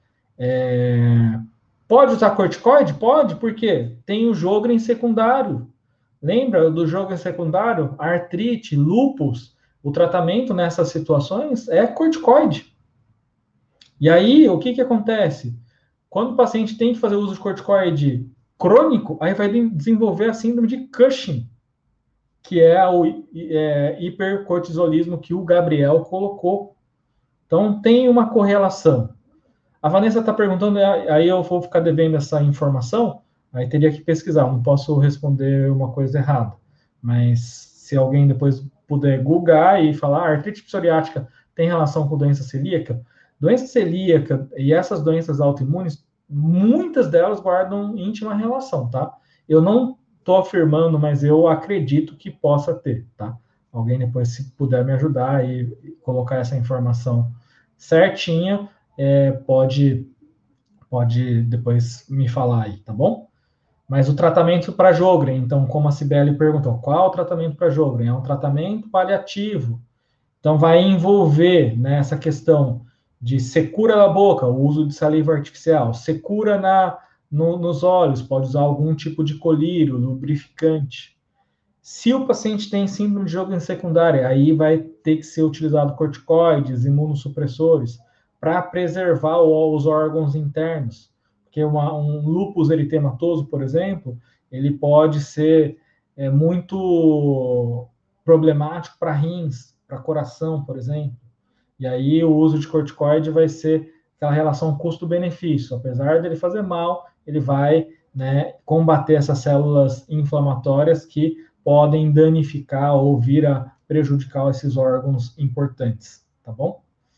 Pode usar corticoide? Pode, por quê? Tem o Sjögren secundário. Lembra do Sjögren secundário? Artrite, lúpus. O tratamento nessas situações é corticoide. E aí, o que acontece? Quando o paciente tem que fazer uso de corticoide crônico, aí vai desenvolver a síndrome de Cushing, que é o hipercortisolismo que o Gabriel colocou. Então, tem uma correlação. A Vanessa está perguntando, aí eu vou ficar devendo essa informação, aí teria que pesquisar, não posso responder uma coisa errada. Mas se alguém depois puder googar e falar, artrite psoriática tem relação com doença celíaca? Doença celíaca e essas doenças autoimunes, muitas delas guardam íntima relação, tá? Eu não estou afirmando, mas eu acredito que possa ter, tá? Alguém depois, se puder me ajudar e colocar essa informação certinha, pode depois me falar aí, tá bom? Mas o tratamento para Sjögren, então, como a Cibele perguntou, qual é o tratamento para Sjögren? É um tratamento paliativo. Então, vai envolver, né, essa questão de secura da boca, o uso de saliva artificial, secura nos olhos, pode usar algum tipo de colírio, lubrificante. Se o paciente tem síndrome de Sjögren secundária, aí vai ter que ser utilizado corticoides, imunossupressores, para preservar os órgãos internos. Porque um lúpus eritematoso, por exemplo, ele pode ser muito problemático para rins, para coração, por exemplo. E aí o uso de corticoide vai ser aquela relação custo-benefício. Apesar dele fazer mal, ele vai, né, combater essas células inflamatórias que podem danificar ou vir a prejudicar esses órgãos importantes, tá bom?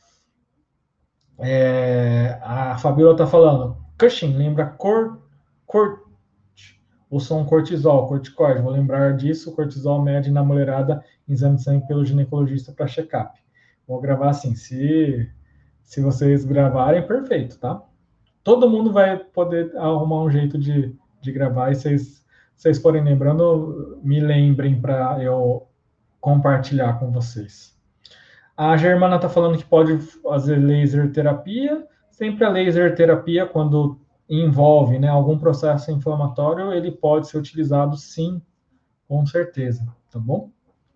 A Fabiola está falando, Cushing lembra ou são cortisol, corticoide. Vou lembrar disso, cortisol mede na mulherada em exame de sangue pelo ginecologista para check-up. Vou gravar assim, se vocês gravarem, perfeito, tá? Todo mundo vai poder arrumar um jeito de gravar, e vocês forem lembrando, me lembrem para eu compartilhar com vocês. A Germana está falando que pode fazer laser terapia. Sempre a laser terapia, quando envolve, né, algum processo inflamatório, ele pode ser utilizado, sim, com certeza, tá bom?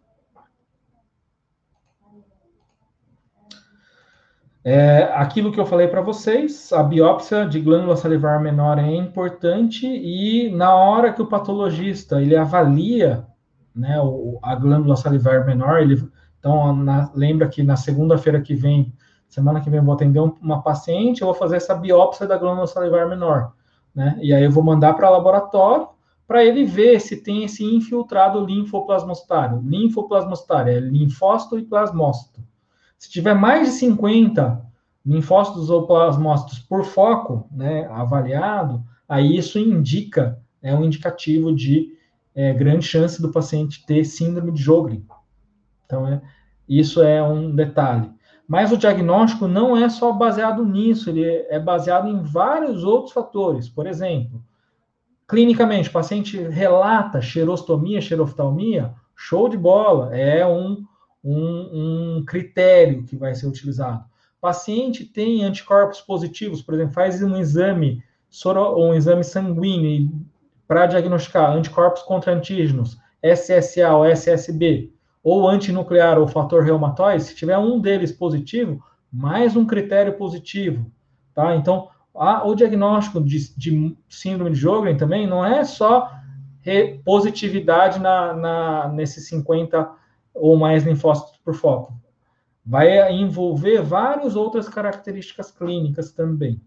Aquilo que eu falei para vocês, a biópsia de glândula salivar menor é importante, e na hora que o patologista ele avalia, né, a glândula salivar menor, então lembra que na segunda-feira que vem, semana que vem, eu vou atender uma paciente, eu vou fazer essa biópsia da glândula salivar menor, né, e aí eu vou mandar para o laboratório para ele ver se tem esse infiltrado linfoplasmostário. Linfoplasmostário é linfócito e plasmócito. Se tiver mais de 50 linfócitos ou plasmócitos por foco, né, avaliado, aí isso é um indicativo de grande chance do paciente ter síndrome de Sjögren. Então, Isso é um detalhe. Mas o diagnóstico não é só baseado nisso, ele é baseado em vários outros fatores. Por exemplo, clinicamente, o paciente relata xerostomia, xeroftalmia, show de bola, é um critério que vai ser utilizado. O paciente tem anticorpos positivos, por exemplo, faz um exame sanguíneo para diagnosticar anticorpos contra antígenos, SSA ou SSB, ou antinuclear ou fator reumatoide, se tiver um deles positivo, mais um critério positivo, tá? Então, o diagnóstico de síndrome de Sjögren também não é só positividade nesses 50 ou mais linfócitos por foco. Vai envolver várias outras características clínicas também.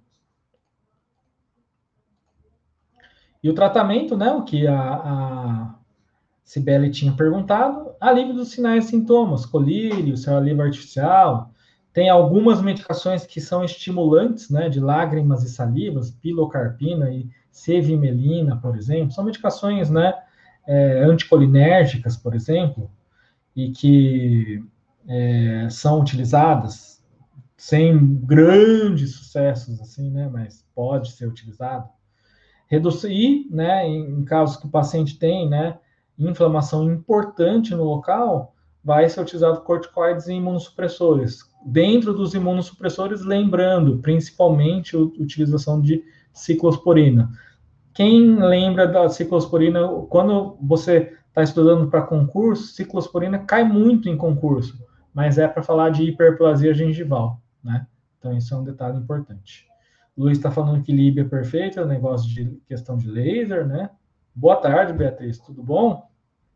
E o tratamento, né, o que a Cibele tinha perguntado, alívio dos sinais e sintomas, colírio, saliva artificial. Tem algumas medicações que são estimulantes, né, de lágrimas e salivas, pilocarpina e cevimelina, por exemplo. São medicações, né, anticolinérgicas, por exemplo, e que são utilizadas sem grandes sucessos, assim, né, mas pode ser utilizado. Reduzir, né, em casos que o paciente tem, né, inflamação importante no local, vai ser utilizado corticoides e imunossupressores. Dentro dos imunossupressores, lembrando, principalmente a utilização de ciclosporina. Quem lembra da ciclosporina, quando você está estudando para concurso, ciclosporina cai muito em concurso, mas é para falar de hiperplasia gengival, né? Então, isso é um detalhe importante. Luiz está falando que Líbia é perfeita, é um negócio de questão de laser, né? Boa tarde, Beatriz, tudo bom?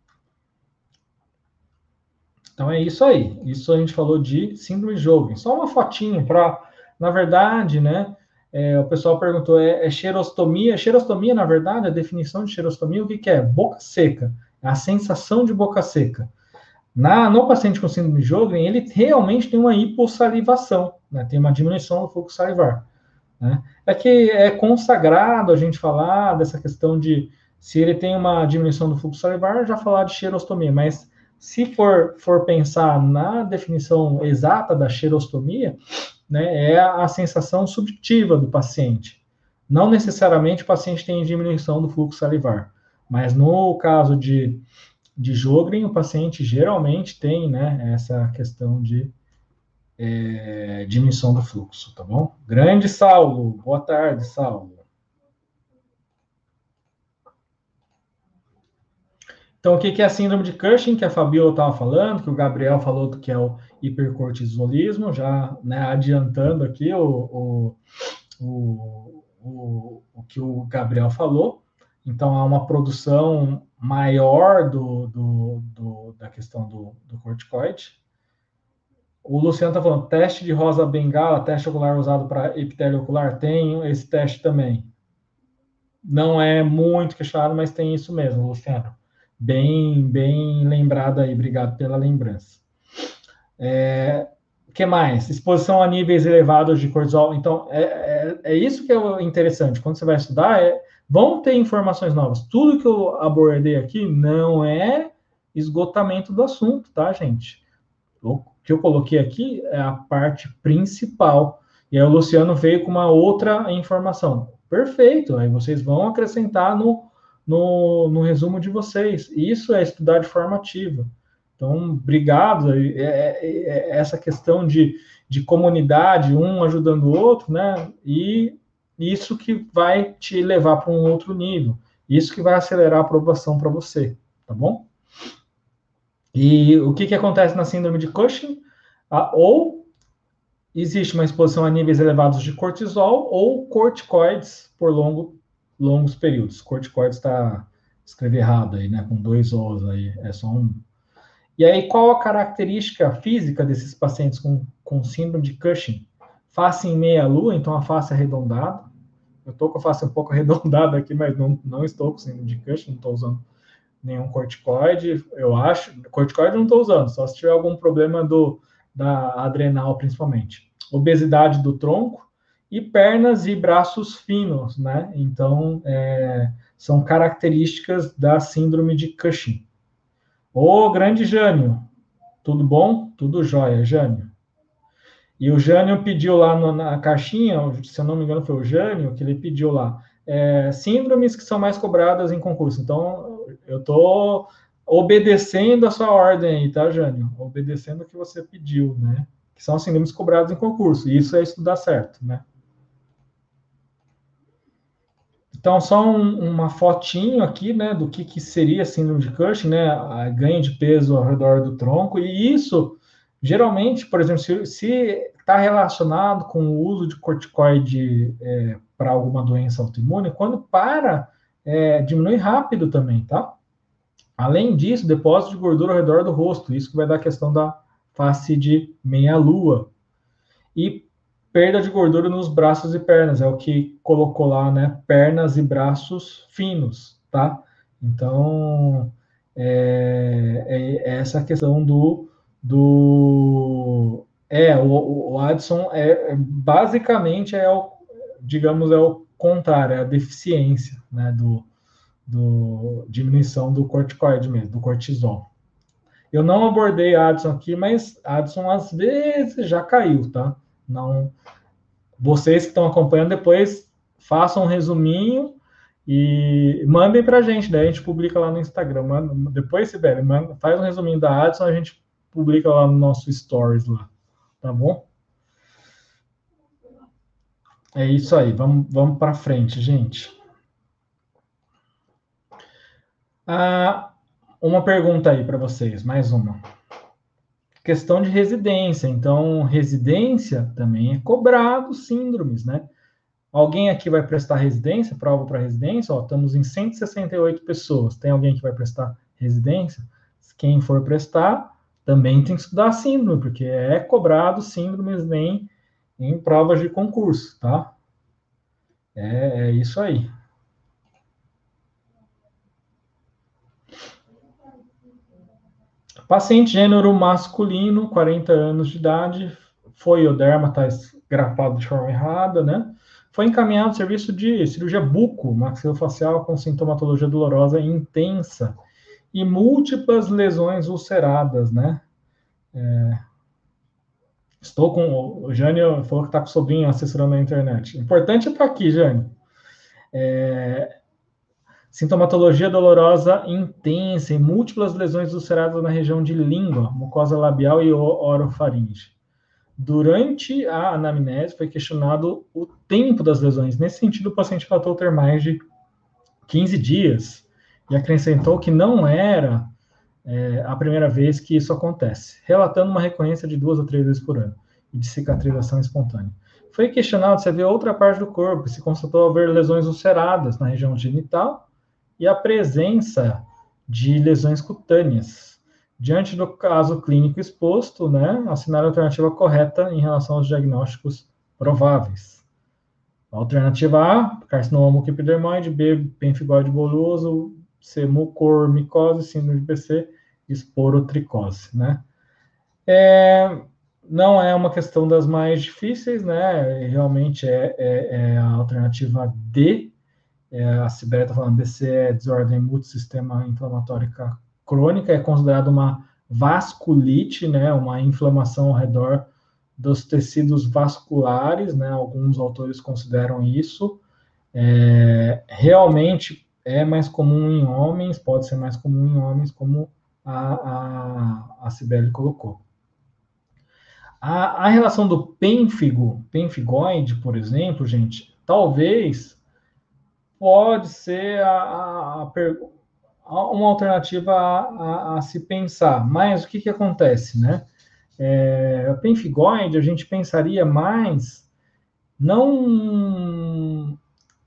Então é isso aí. Isso a gente falou de síndrome de Sjögren. Só uma fotinha para, na verdade, né? O pessoal perguntou, é xerostomia? Xerostomia, na verdade, a definição de xerostomia, o que é? Boca seca. É a sensação de boca seca. No paciente com síndrome de Sjögren, ele realmente tem uma hipossalivação, né? Tem uma diminuição do fluxo salivar. Né? É que é consagrado a gente falar dessa questão de se ele tem uma diminuição do fluxo salivar, já falar de xerostomia, mas se for pensar na definição exata da xerostomia, né, é a sensação subjetiva do paciente. Não necessariamente o paciente tem diminuição do fluxo salivar, mas no caso de Sjögren, o paciente geralmente tem, né, essa questão de diminuição do fluxo, tá bom? Grande Saulo, boa tarde, Saulo. Então, o que é a síndrome de Cushing, que a Fabiola estava falando, que o Gabriel falou que é o hipercortisolismo, já, né, adiantando aqui o que o Gabriel falou. Então, há uma produção maior da questão do corticoide. O Luciano está falando, teste de rosa bengala, teste ocular usado para epitélio ocular, tem esse teste também. Não é muito questionado, mas tem isso mesmo, Luciano. Bem lembrado aí, obrigado pela lembrança. O que mais? Exposição a níveis elevados de cortisol. Então, é isso que é interessante. Quando você vai estudar, vão ter informações novas. Tudo que eu abordei aqui não é esgotamento do assunto, tá, gente? O que eu coloquei aqui é a parte principal. E aí o Luciano veio com uma outra informação. Perfeito, aí vocês vão acrescentar no resumo de vocês. Isso é estudar de forma ativa. Então, obrigado. Essa questão de comunidade, um ajudando o outro, né? E isso que vai te levar para um outro nível. Isso que vai acelerar a aprovação para você, tá bom? E o que acontece na síndrome de Cushing? Ou existe uma exposição a níveis elevados de cortisol ou corticoides por longos períodos. Corticoides está escrever errado aí, né? Com 2 O's aí, é só um. E aí, qual a característica física desses pacientes com síndrome de Cushing? Face em meia-lua, então a face arredondada. Eu estou com a face um pouco arredondada aqui, mas não estou com síndrome de Cushing, não estou usando nenhum corticoide, eu acho. Corticoide não estou usando, só se tiver algum problema da adrenal, principalmente. Obesidade do tronco e pernas e braços finos, né? Então, são características da síndrome de Cushing. Ô, grande Jânio, Tudo bom? Tudo jóia, Jânio. E o Jânio pediu lá na caixinha, se eu não me engano foi o Jânio, que ele pediu lá, síndromes que são mais cobradas em concurso. Então, eu estou obedecendo a sua ordem aí, tá, Jânio? Obedecendo o que você pediu, né? Que são síndromes cobradas em concurso. E isso é estudar certo, né? Então, só uma fotinho aqui, né, do que seria síndrome de Cushing, né, a ganho de peso ao redor do tronco, e isso, geralmente, por exemplo, se está relacionado com o uso de corticoide para alguma doença autoimune, quando para, diminui rápido também, tá? Além disso, depósito de gordura ao redor do rosto, isso que vai dar a questão da face de meia-lua. E perda de gordura nos braços e pernas, é o que colocou lá, né? Pernas e braços finos, tá? Então, essa questão o Addison basicamente digamos, é o contrário, é a deficiência, né? Do diminuição do corticoide mesmo, do cortisol. Eu não abordei Addison aqui, mas Addison às vezes já caiu, tá? Não, vocês que estão acompanhando depois façam um resuminho e mandem para a gente, daí a gente publica lá no Instagram. Depois, Sibeli, faz um resuminho da Addison, a gente publica lá no nosso stories lá, tá bom? É isso aí, vamos para frente, gente. Uma pergunta aí para vocês, mais uma. Questão de residência. Então, residência também é cobrado síndromes, né? Alguém aqui vai prestar residência, prova para residência? Ó, estamos em 168 pessoas. Tem alguém que vai prestar residência? Quem for prestar, também tem que estudar síndrome, porque é cobrado síndromes em provas de concurso, tá? É isso aí. Paciente gênero masculino, 40 anos de idade, foi oderma, está grafado de forma errada, né? Foi encaminhado ao serviço de cirurgia buco maxilofacial com sintomatologia dolorosa intensa e múltiplas lesões ulceradas, né? Estou com o Jânio falou que está com o sobrinho assessorando na internet. Importante é estar aqui, Jânio. Sintomatologia dolorosa intensa e múltiplas lesões ulceradas na região de língua, mucosa labial e orofaringe. Durante a anamnese foi questionado o tempo das lesões. Nesse sentido, o paciente relatou ter mais de 15 dias e acrescentou que não era a primeira vez que isso acontece, relatando uma recorrência de 2 a 3 vezes por ano e de cicatrização espontânea. Foi questionado se havia outra parte do corpo, se constatou haver lesões ulceradas na região genital e a presença de lesões cutâneas. Diante do caso clínico exposto, né, assinar a alternativa correta em relação aos diagnósticos prováveis. Alternativa A, carcinoma mucoepidermoide, B, pemphigoide bulhoso, C, mucormicose, síndrome de BC, esporotricose, né? Não é uma questão das mais difíceis, né? Realmente é a alternativa D. A Sibeli está falando, BC é desordem multissistema inflamatórica crônica, é considerada uma vasculite, né? Uma inflamação ao redor dos tecidos vasculares, né? Alguns autores consideram isso. Realmente é mais comum em homens, pode ser mais comum em homens, como a Sibeli colocou. A relação do pemphigoide, por exemplo, gente, talvez pode ser uma alternativa a se pensar. Mas o que acontece, né? A pemphigoide, a gente pensaria mais, não...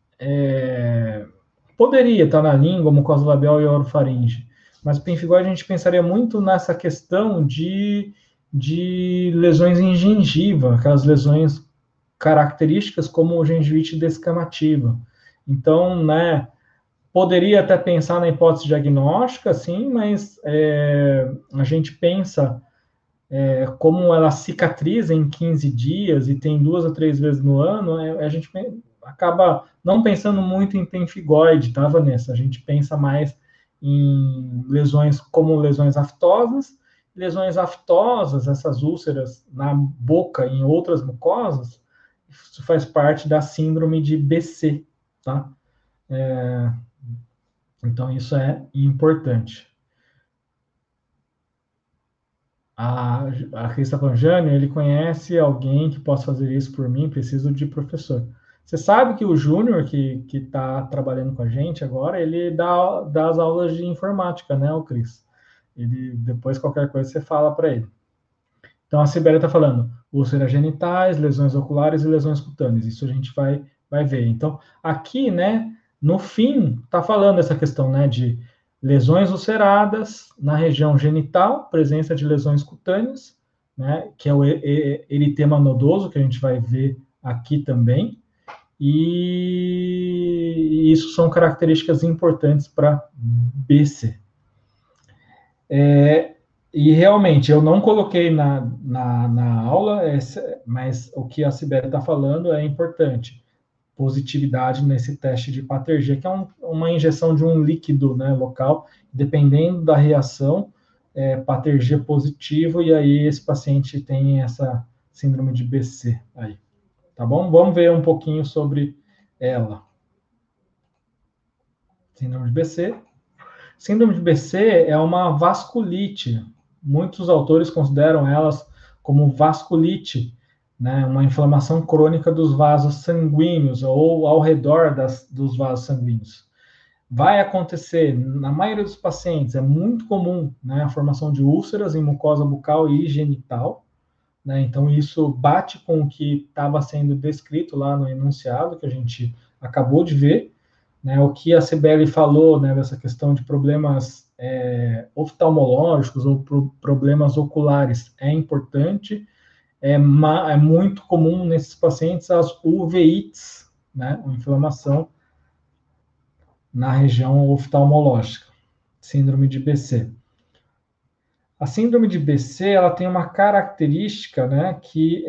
poderia estar na língua, mucosa labial e orofaringe, mas o pemphigoide a gente pensaria muito nessa questão de lesões em gengiva, aquelas lesões características como gengivite descamativa. Então, né, poderia até pensar na hipótese diagnóstica, sim, mas a gente pensa como ela cicatriza em 15 dias e tem 2 a 3 vezes no ano, a gente acaba não pensando muito em pemphigoide, tá, Vanessa? A gente pensa mais em lesões como lesões aftosas lesões aftosas, essas úlceras na boca e em outras mucosas, isso faz parte da síndrome de BC, tá? Então, isso é importante. A Cris está falando, Jânio, ele conhece alguém que possa fazer isso por mim, preciso de professor. Você sabe que o Júnior, que está trabalhando com a gente agora, ele dá as aulas de informática, né, o Cris? Ele, depois, qualquer coisa, você fala para ele. Então, a Sibéria está falando úlceras genitais, lesões oculares e lesões cutâneas. Isso a gente vai ver. Então, aqui, né, no fim, está falando essa questão, né, de lesões ulceradas na região genital, presença de lesões cutâneas, né, que é o eritema nodoso, que a gente vai ver aqui também. E isso são características importantes para BC. E realmente, eu não coloquei na aula, mas o que a Sibeli está falando é importante. Positividade nesse teste de Patergia, que é uma injeção de um líquido, né, local, dependendo da reação, Patergia positivo, e aí esse paciente tem essa síndrome de BC aí. Tá bom? Vamos ver um pouquinho sobre ela. Síndrome de BC. Síndrome de BC é uma vasculite. Muitos autores consideram elas como vasculite, né? Uma inflamação crônica dos vasos sanguíneos ou ao redor dos vasos sanguíneos. Vai acontecer, na maioria dos pacientes, é muito comum, né, a formação de úlceras em mucosa bucal e genital, né? Então, isso bate com o que estava sendo descrito lá no enunciado, que a gente acabou de ver, né? O que a Sibeli falou, né, dessa questão de problemas oftalmológicos ou problemas oculares é importante. É muito comum nesses pacientes as uveites, né, inflamação na região oftalmológica, síndrome de BC. A síndrome de BC ela tem uma característica, né, que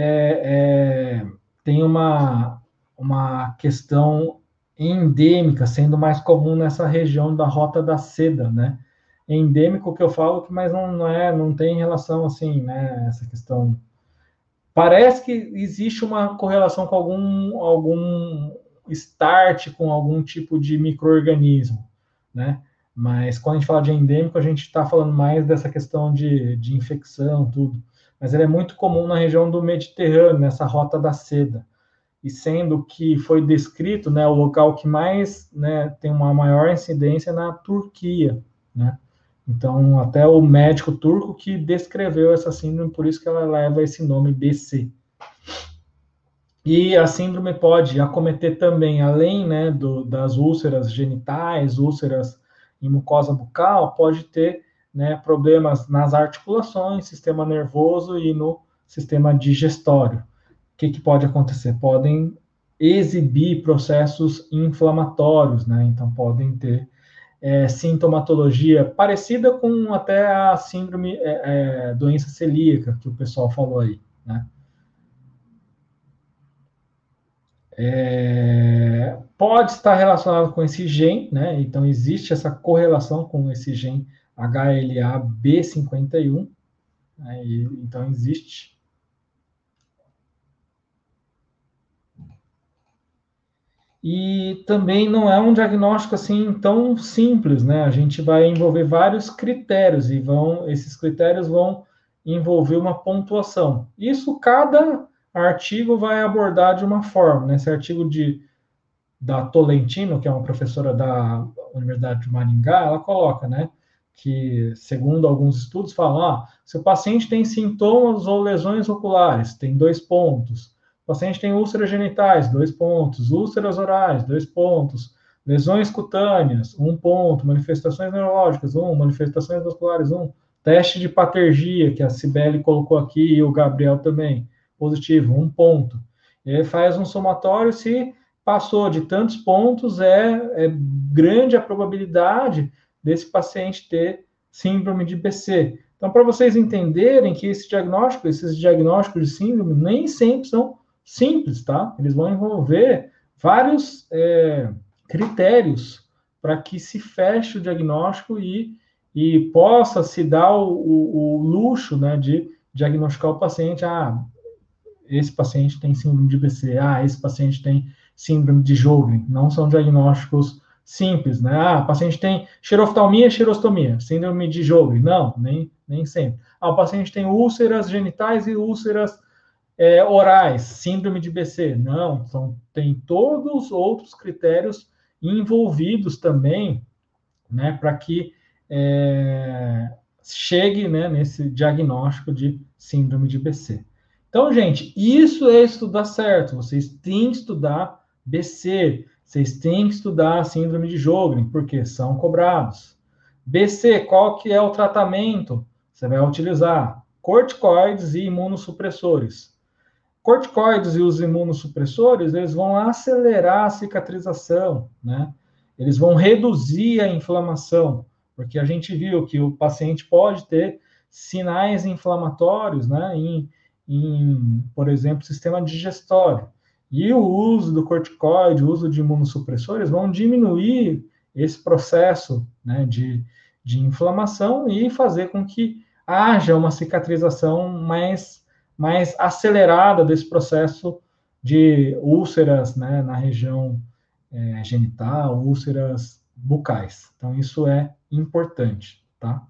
tem uma questão endêmica, sendo mais comum nessa região da Rota da Seda, né? Endêmico que eu falo, mas não tem relação assim, né? Essa questão. Parece que existe uma correlação com algum start com algum tipo de micro-organismo, né? Mas quando a gente fala de endêmico, a gente está falando mais dessa questão de infecção, tudo. Mas ele é muito comum na região do Mediterrâneo, nessa Rota da Seda. E sendo que foi descrito, né, o local que mais, né, tem uma maior incidência na Turquia, né? Então, até o médico turco que descreveu essa síndrome, por isso que ela leva esse nome BC. E a síndrome pode acometer também, além, né, das úlceras genitais, úlceras em mucosa bucal, pode ter, né, problemas nas articulações, sistema nervoso e no sistema digestório. O que pode acontecer? Podem exibir processos inflamatórios, né? Então, podem ter sintomatologia parecida com até a síndrome, doença celíaca, que o pessoal falou aí, né? Pode estar relacionado com esse gene, né? Então, existe essa correlação com esse gene HLA-B51, né? Então, existe. E também não é um diagnóstico assim tão simples, né? A gente vai envolver vários critérios e esses critérios vão envolver uma pontuação. Isso cada artigo vai abordar de uma forma, né? Esse artigo da Tolentino, que é uma professora da Universidade de Maringá, ela coloca, né, que segundo alguns estudos falam, se o paciente tem sintomas ou lesões oculares, tem 2 pontos. O paciente tem úlceras genitais, 2 pontos. Úlceras orais, 2 pontos. Lesões cutâneas, 1 ponto. Manifestações neurológicas, 1. Manifestações vasculares, 1. Teste de Patergia, que a Cibele colocou aqui e o Gabriel também, positivo, 1 ponto. E aí faz um somatório, se passou de tantos pontos, é grande a probabilidade desse paciente ter síndrome de BC. Então, para vocês entenderem que esses diagnósticos de síndrome nem sempre são simples, tá? Eles vão envolver vários critérios para que se feche o diagnóstico e e possa se dar o luxo, né, de diagnosticar o paciente. Esse paciente tem síndrome de BC, esse paciente tem síndrome de Sjögren. Não são diagnósticos simples, né? O paciente tem xeroftalmia, xerostomia, síndrome de Sjögren. Não, nem sempre. O paciente tem úlceras genitais e úlceras orais, síndrome de BC. Não, tem todos os outros critérios envolvidos também, né, para que chegue, né, nesse diagnóstico de síndrome de BC. Então, gente, isso é estudar certo. Vocês têm que estudar BC, vocês têm que estudar síndrome de Sjögren, porque são cobrados. BC, qual que é o tratamento? Você vai utilizar corticoides e imunossupressores. Corticoides e os imunossupressores, eles vão acelerar a cicatrização, né? Eles vão reduzir a inflamação, porque a gente viu que o paciente pode ter sinais inflamatórios, né, por exemplo, sistema digestório. E o uso do corticoide, o uso de imunossupressores vão diminuir esse processo, né, de inflamação e fazer com que haja uma cicatrização mais acelerada desse processo de úlceras, né, na região genital, úlceras bucais. Então, isso é importante, tá?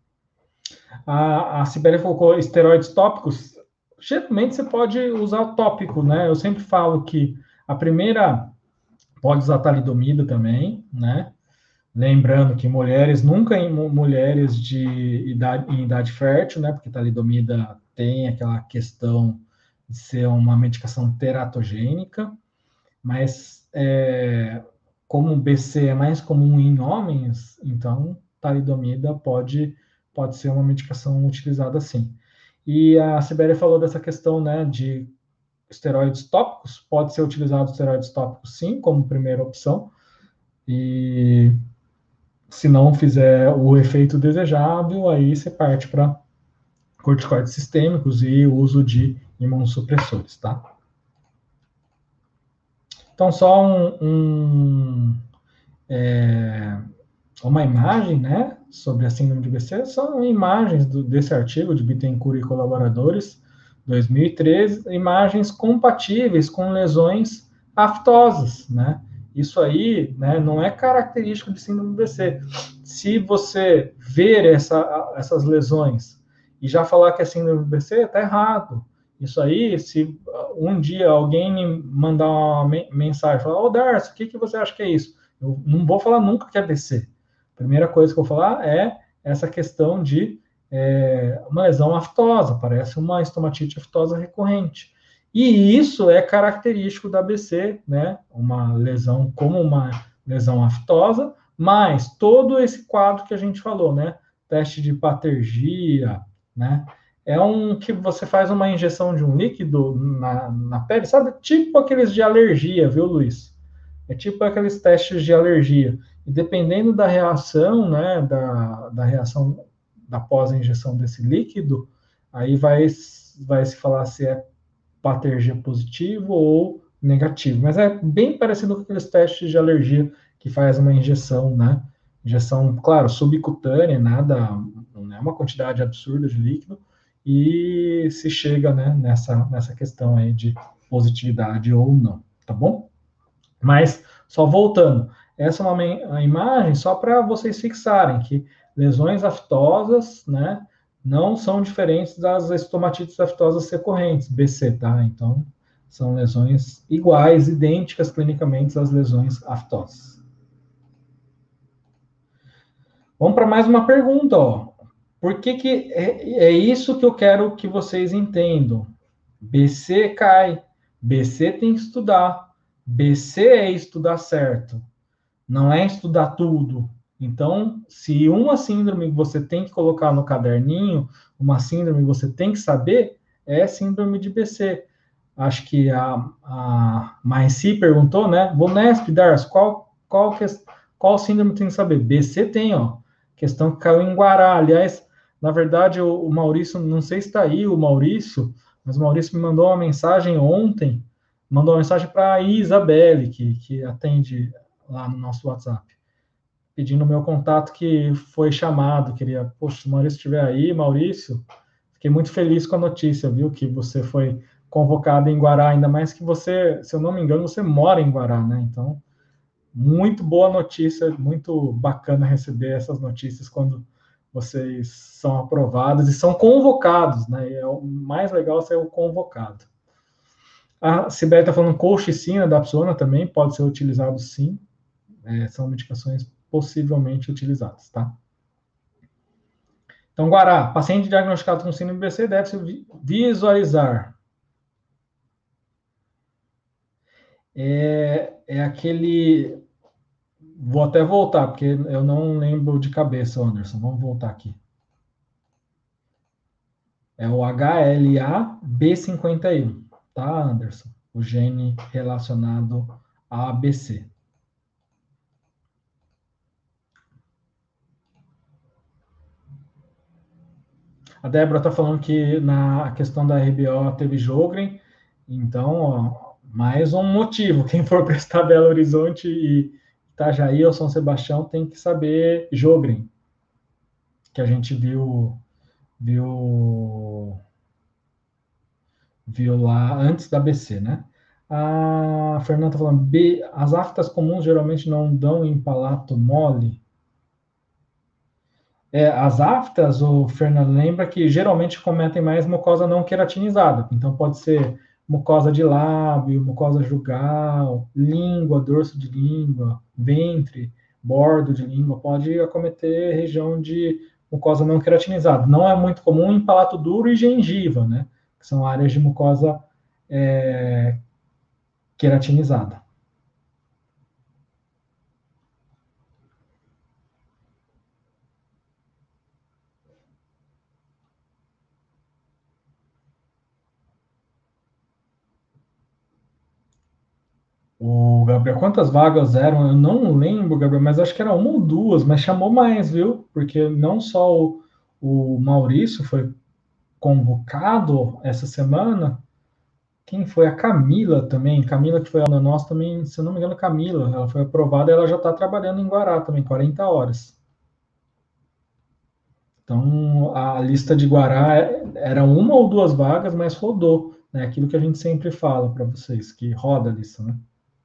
A Sibeli colocou esteroides tópicos. Geralmente, você pode usar o tópico, né? Eu sempre falo que a primeira pode usar talidomida também, né? Lembrando que nunca em mulheres em idade fértil, né? Porque talidomida tem aquela questão de ser uma medicação teratogênica, mas como o BC é mais comum em homens, então talidomida pode ser uma medicação utilizada sim. E a Sibéria falou dessa questão, né, de esteroides tópicos, pode ser utilizado esteroides tópicos sim, como primeira opção, e se não fizer o efeito desejável, aí você parte para corticoides sistêmicos e o uso de imunossupressores, tá? Então, só uma imagem, né, sobre a síndrome de BC, são imagens desse artigo de Bittencourt e colaboradores, 2013, imagens compatíveis com lesões aftosas, né? Isso aí, né, não é característico de síndrome de BC. Se você ver essas lesões e já falar que é síndrome de BC, está errado. Isso aí, se um dia alguém me mandar uma mensagem, falar, Darcy, o que você acha que é isso? Eu não vou falar nunca que é BC. A primeira coisa que eu vou falar é essa questão de uma lesão aftosa, parece uma estomatite aftosa recorrente. E isso é característico da BC, né? Uma lesão como uma lesão aftosa, mas todo esse quadro que a gente falou, né? Teste de patergia, né? É que você faz uma injeção de um líquido na pele, sabe? Tipo aqueles de alergia, viu, Luiz? É tipo aqueles testes de alergia. E dependendo da reação, né, da reação da pós-injeção desse líquido, aí vai se falar se é patergia positivo ou negativo. Mas é bem parecido com aqueles testes de alergia que faz uma injeção, né? Injeção, claro, subcutânea, não é uma quantidade absurda de líquido, e se chega, né, nessa questão aí de positividade ou não, tá bom? Mas, só voltando, essa é uma imagem só para vocês fixarem que lesões aftosas, né, não são diferentes das estomatites aftosas recorrentes, BC, tá? Então, são lesões iguais, idênticas clinicamente às lesões aftosas. Vamos para mais uma pergunta, ó. Por que é isso que eu quero que vocês entendam? BC cai, BC tem que estudar, BC é estudar certo, não é estudar tudo. Então, se uma síndrome você tem que colocar no caderninho, uma síndrome você tem que saber, é síndrome de BC. Acho que a Maenci perguntou, né? Bonesp, Dars, qual síndrome tem que saber? BC tem, ó. Questão que caiu em Guará. Aliás, na verdade, o Maurício, não sei se está aí o Maurício, mas o Maurício me mandou uma mensagem ontem, mandou uma mensagem para a Isabelle, que atende lá no nosso WhatsApp, pedindo o meu contato que foi chamado. Queria, poxa, se o Maurício estiver aí, Maurício, fiquei muito feliz com a notícia, viu, que você foi convocado em Guará, ainda mais que você, se eu não me engano, você mora em Guará, né? Então, muito boa notícia, muito bacana receber essas notícias quando vocês são aprovados e são convocados, né? E é o mais legal ser o convocado. A Sibeli está falando colchicina da Psona também, pode ser utilizado sim. São medicações possivelmente utilizadas, tá? Então, Guará, paciente diagnosticado com síndrome BC deve-se visualizar. É aquele. Vou até voltar, porque eu não lembro de cabeça, Anderson. Vamos voltar aqui. É o HLA-B51, tá, Anderson? O gene relacionado a ABC. A Débora está falando que na questão da RBO teve Jogren, então, ó, mais um motivo. Quem for prestar Belo Horizonte e Itajaí ou São Sebastião tem que saber Jogren, que a gente viu lá antes da BC, né? A Fernanda está falando, as aftas comuns geralmente não dão em palato mole. As aftas, o Fernando lembra que geralmente cometem mais mucosa não queratinizada. Então pode ser mucosa de lábio, mucosa jugal, língua, dorso de língua, ventre, bordo de língua, pode acometer região de mucosa não queratinizada. Não é muito comum em palato duro e gengiva, né? Que são áreas de mucosa queratinizada. O Gabriel, quantas vagas eram? Eu não lembro, Gabriel, mas acho que era uma ou duas, mas chamou mais, viu? Porque não só o Maurício foi convocado essa semana, quem foi? A Camila também. Camila, que foi aluna nossa também, se eu não me engano, Camila, ela foi aprovada e ela já está trabalhando em Guará também, 40 horas. Então, a lista de Guará era uma ou duas vagas, mas rodou, né? Aquilo que a gente sempre fala para vocês, que roda a lista, né?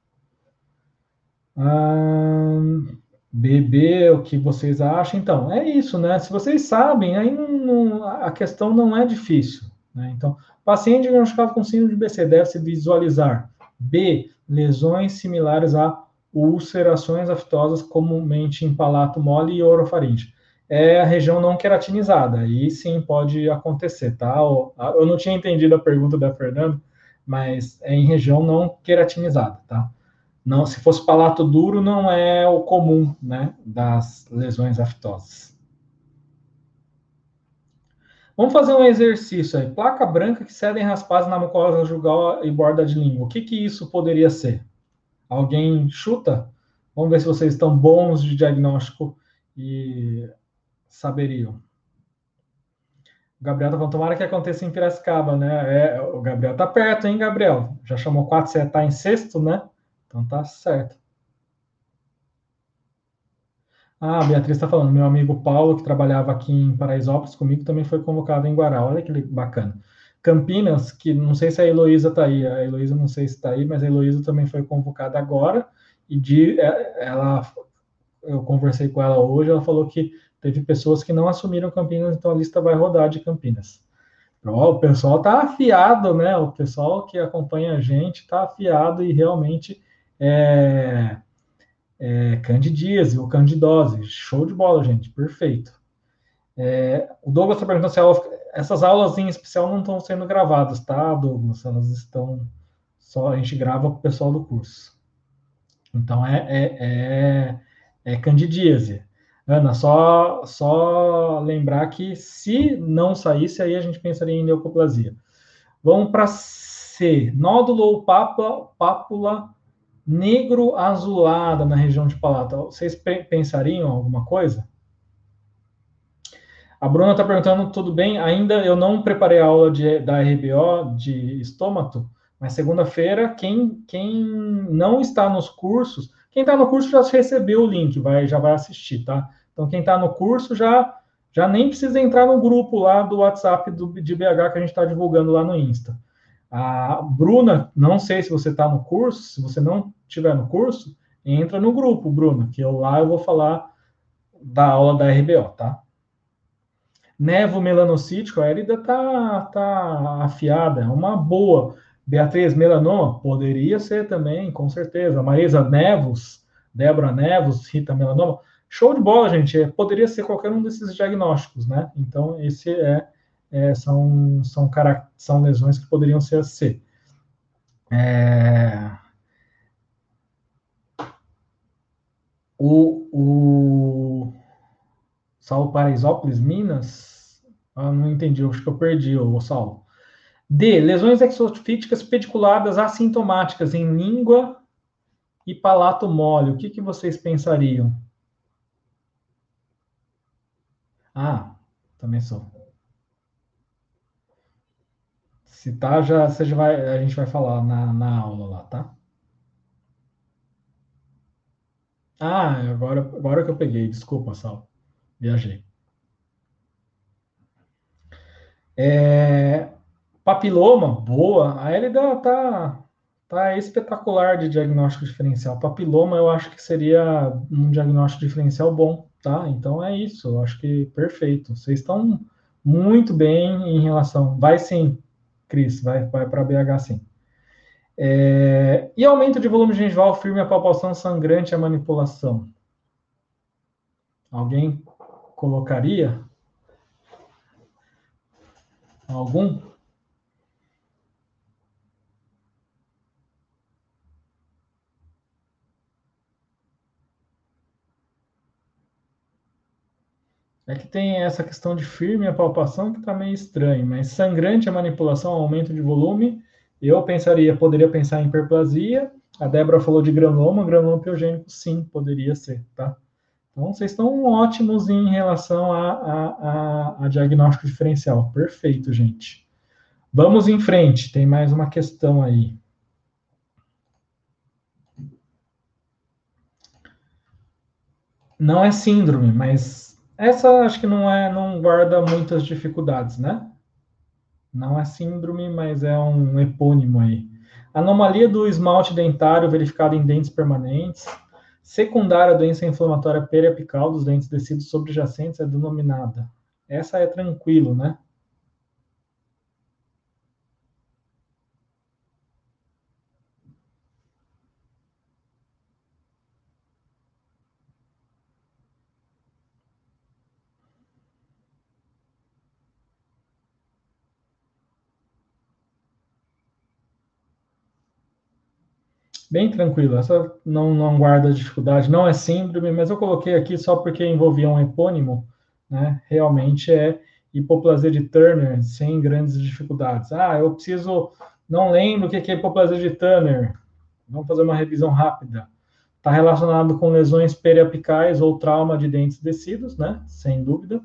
Bebê, o que vocês acham? Então, é isso, né? Se vocês sabem, aí a questão não é difícil, né? Então, paciente diagnosticado com síndrome de BC deve-se visualizar B, lesões similares a ulcerações aftosas, comumente em palato mole e orofaringe. É a região não queratinizada, aí sim pode acontecer, tá? Eu não tinha entendido a pergunta da Fernanda, mas é em região não queratinizada, tá? Não, se fosse palato duro, não é o comum, né, das lesões aftosas. Vamos fazer um exercício aí. Placa branca que cedem raspados na mucosa jugal e borda de língua. O que isso poderia ser? Alguém chuta? Vamos ver se vocês estão bons de diagnóstico e saberiam. O Gabriel tá falando, tomara que aconteça em Piracicaba, né? O Gabriel tá perto, hein, Gabriel? Já chamou 4, você tá em sexto, né? Então tá certo. Ah, a Beatriz está falando, meu amigo Paulo, que trabalhava aqui em Paraisópolis comigo, também foi convocado em Guará. Olha que bacana. Campinas, que não sei se a Heloísa está aí, a Heloísa não sei se está aí, mas a Heloísa também foi convocada agora, e eu conversei com ela hoje, ela falou que teve pessoas que não assumiram Campinas, então a lista vai rodar de Campinas. O pessoal está afiado, né? O pessoal que acompanha a gente está afiado e realmente candidíase ou candidose. Show de bola, gente. Perfeito. O Douglas está perguntando se essas aulas em especial não estão sendo gravadas, tá, Douglas? Elas estão só, a gente grava para o pessoal do curso. Então, candidíase. Ana, só lembrar que se não saísse, aí a gente pensaria em leucoplasia. Vamos para C. Nódulo ou pápula negro azulada na região de palato. Vocês pensariam alguma coisa? A Bruna está perguntando, tudo bem? Ainda eu não preparei a aula da RBO de estômato, mas segunda-feira, quem não está nos cursos, Quem está no curso já recebeu o link, já vai assistir, tá? Então, quem está no curso já nem precisa entrar no grupo lá do WhatsApp de BH que a gente está divulgando lá no Insta. A Bruna, não sei se você está no curso, se você não estiver no curso, entra no grupo, Bruna, que lá eu vou falar da aula da RBO, tá? Nevo melanocítico, a Elida tá afiada, é uma boa. Beatriz, melanoma, poderia ser também, com certeza. Marisa Nevos, Débora Nevos, Rita melanoma, show de bola, gente. Poderia ser qualquer um desses diagnósticos, né? Então, esse são lesões que poderiam ser C. O Saulo Paraisópolis, Minas, não entendi, acho que eu perdi, o Saulo. D. Lesões exofíticas pediculadas assintomáticas em língua e palato mole. O que vocês pensariam? Também sou. Se tá, a gente vai falar na aula lá, tá? Agora que eu peguei, desculpa, Sal. Viajei. Papiloma, boa. A Elida tá espetacular de diagnóstico diferencial. Papiloma, eu acho que seria um diagnóstico diferencial bom, tá? Então é isso, eu acho que perfeito. Vocês estão muito bem em relação. Vai sim, Cris, vai para BH sim. E aumento de volume gengival, firme a palpação sangrante e a manipulação. Alguém colocaria? Algum? É que tem essa questão de firme a palpação que está meio estranho, mas sangrante a manipulação, aumento de volume, eu poderia pensar em hiperplasia. A Débora falou de granuloma piogênico, sim, poderia ser, tá? Então, vocês estão ótimos em relação a diagnóstico diferencial. Perfeito, gente. Vamos em frente, tem mais uma questão aí. Não é síndrome, mas essa acho que não guarda muitas dificuldades, né? Não é síndrome, mas é um epônimo aí. Anomalia do esmalte dentário verificada em dentes permanentes. Secundária à doença inflamatória periapical dos dentes descidos sobrejacentes é denominada. Essa é tranquilo, né? Bem tranquilo. Essa não guarda dificuldade, não é síndrome, mas eu coloquei aqui só porque envolvia um epônimo, né? Realmente é hipoplasia de Turner sem grandes dificuldades. Eu preciso, não lembro o que é hipoplasia de Turner. Vamos fazer uma revisão rápida. Está relacionado com lesões periapicais ou trauma de dentes descidos, né? Sem dúvida.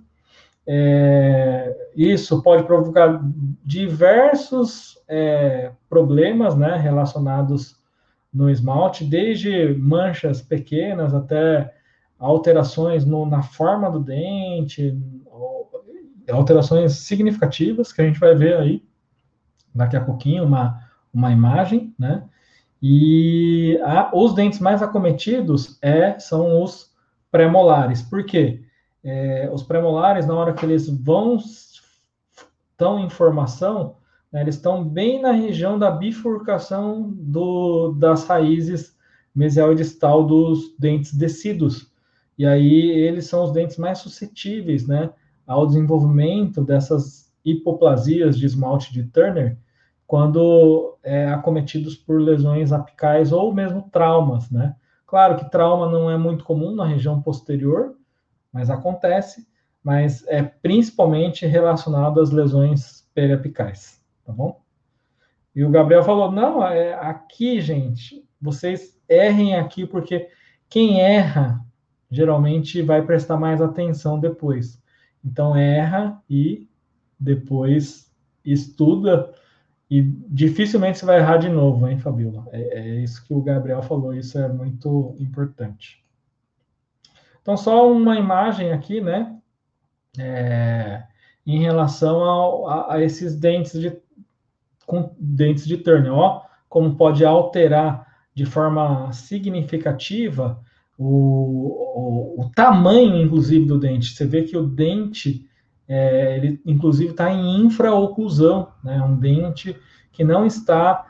Isso pode provocar diversos problemas, né? Relacionados no esmalte, desde manchas pequenas até alterações na forma do dente, alterações significativas que a gente vai ver aí daqui a pouquinho, uma imagem, né? E os dentes mais acometidos são os pré-molares. Por quê? Os pré-molares, na hora que eles estão em formação, né, eles estão bem na região da bifurcação das raízes mesial e distal dos dentes descidos. E aí eles são os dentes mais suscetíveis, né, ao desenvolvimento dessas hipoplasias de esmalte de Turner, quando acometidos por lesões apicais ou mesmo traumas, né? Claro que trauma não é muito comum na região posterior, mas acontece, mas é principalmente relacionado às lesões periapicais, tá bom? E o Gabriel falou, não, aqui, gente, vocês errem aqui, porque quem erra, geralmente vai prestar mais atenção depois. Então, erra e depois estuda E dificilmente você vai errar de novo, hein, Fabiola? É isso que o Gabriel falou, isso é muito importante. Então, só uma imagem aqui, né? Em relação a esses dentes com dentes de Turner, ó, como pode alterar de forma significativa o tamanho, inclusive, do dente. Você vê que o dente, ele, inclusive, está em infraoclusão, né? Um dente que não está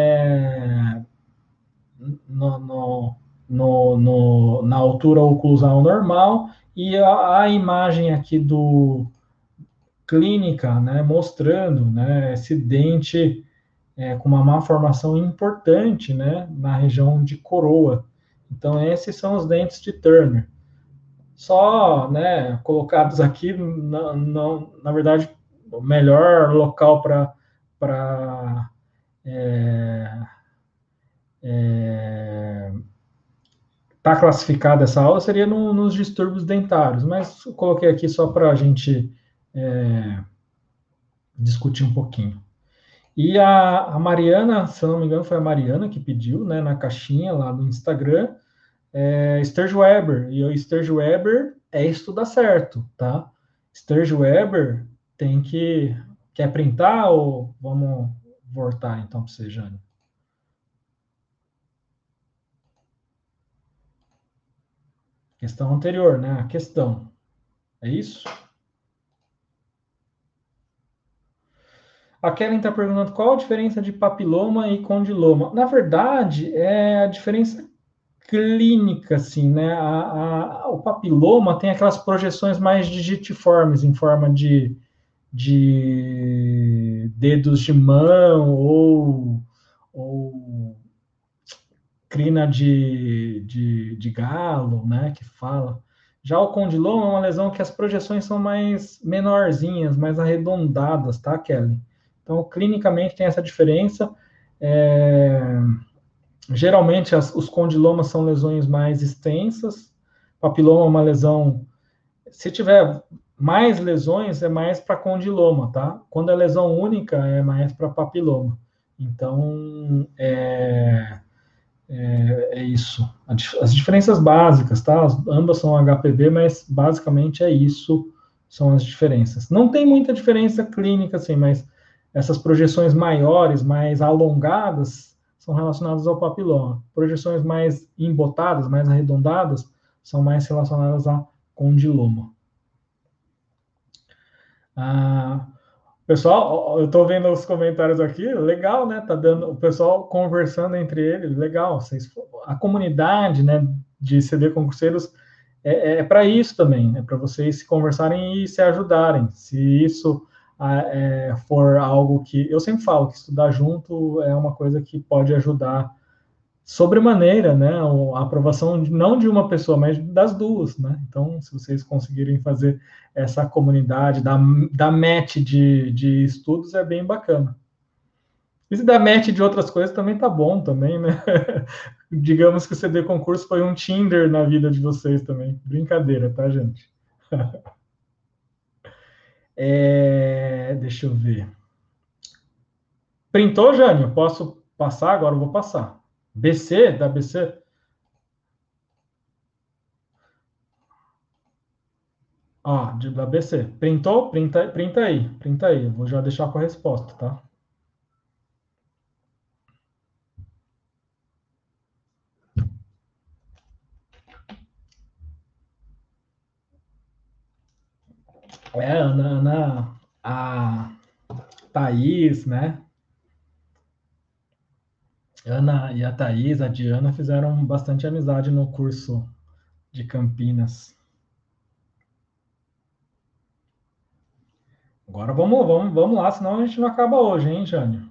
no, no, na altura oclusal normal, e a imagem aqui do clínica, né, mostrando, né, esse dente com uma malformação importante, né, na região de coroa. Então, esses são os dentes de Turner. Só, né, colocados aqui, na verdade, o melhor local para tá classificada essa aula seria nos distúrbios dentários, mas eu coloquei aqui só para a gente discutir um pouquinho. E a Mariana, se eu não me engano, foi a Mariana que pediu, né, na caixinha lá do Instagram, Sturge Weber. E o Sturge Weber é estudar certo, tá? Sturge Weber tem que... Quer printar ou vamos voltar então para você, Jane? Questão anterior, né? A questão. É isso? A Kellen está perguntando qual a diferença de papiloma e condiloma. Na verdade, é a diferença clínica, assim, né? O papiloma tem aquelas projeções mais digitiformes, em forma de dedos de mão ou crina de galo, né? Que fala. Já o condiloma é uma lesão que as projeções são mais menorzinhas, mais arredondadas, tá, Kelly? Então, clinicamente tem essa diferença. É, geralmente, os condilomas são lesões mais extensas. Papiloma é uma lesão. Se tiver mais lesões, é mais para condiloma, tá? Quando é lesão única, é mais para papiloma. Então, é isso. As diferenças básicas, tá? Ambas são HPV, mas basicamente é isso, são as diferenças. Não tem muita diferença clínica, assim, mas essas projeções maiores, mais alongadas, são relacionadas ao papiloma. Projeções mais embotadas, mais arredondadas, são mais relacionadas a condiloma. Ah, pessoal, eu estou vendo os comentários aqui, legal, né? Tá dando o pessoal conversando entre eles, legal. A comunidade, né, de CD concurseiros é para isso também, é para vocês se conversarem e se ajudarem. Se isso for algo que eu sempre falo que estudar junto é uma coisa que pode ajudar sobremaneira, né, a aprovação não de uma pessoa, mas das duas, né? Então, se vocês conseguirem fazer essa comunidade, da match de estudos, é bem bacana. E se dá match de outras coisas, também tá bom também, né? Digamos que o CD concurso foi um Tinder na vida de vocês também. Brincadeira, tá, gente? Deixa eu ver. Printou, Jânio? Posso passar? Agora eu vou passar. BC, da BC? Ó, da BC. Printou? Printa aí. Printa aí. Eu vou já deixar com a resposta, tá? A Thaís, né? Ana e a Thaís, a Diana, fizeram bastante amizade no curso de Campinas. Agora vamos lá, senão a gente não acaba hoje, hein, Jânio?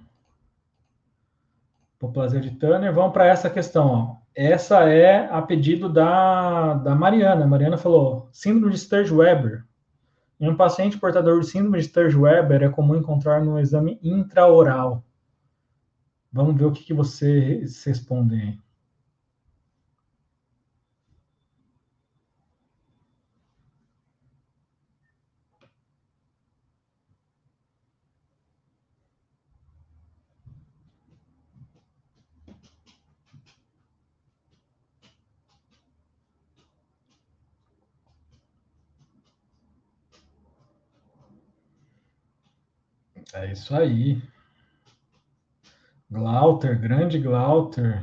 Por prazer de Tanner, vamos para essa questão. Ó. Essa é a pedido da Mariana. A Mariana falou: Síndrome de Sturge-Weber. Em um paciente portador de síndrome de Sturge-Weber, é comum encontrar no exame intraoral. Vamos ver o que vocês respondem aí. É isso aí. Glauter, grande Glauter.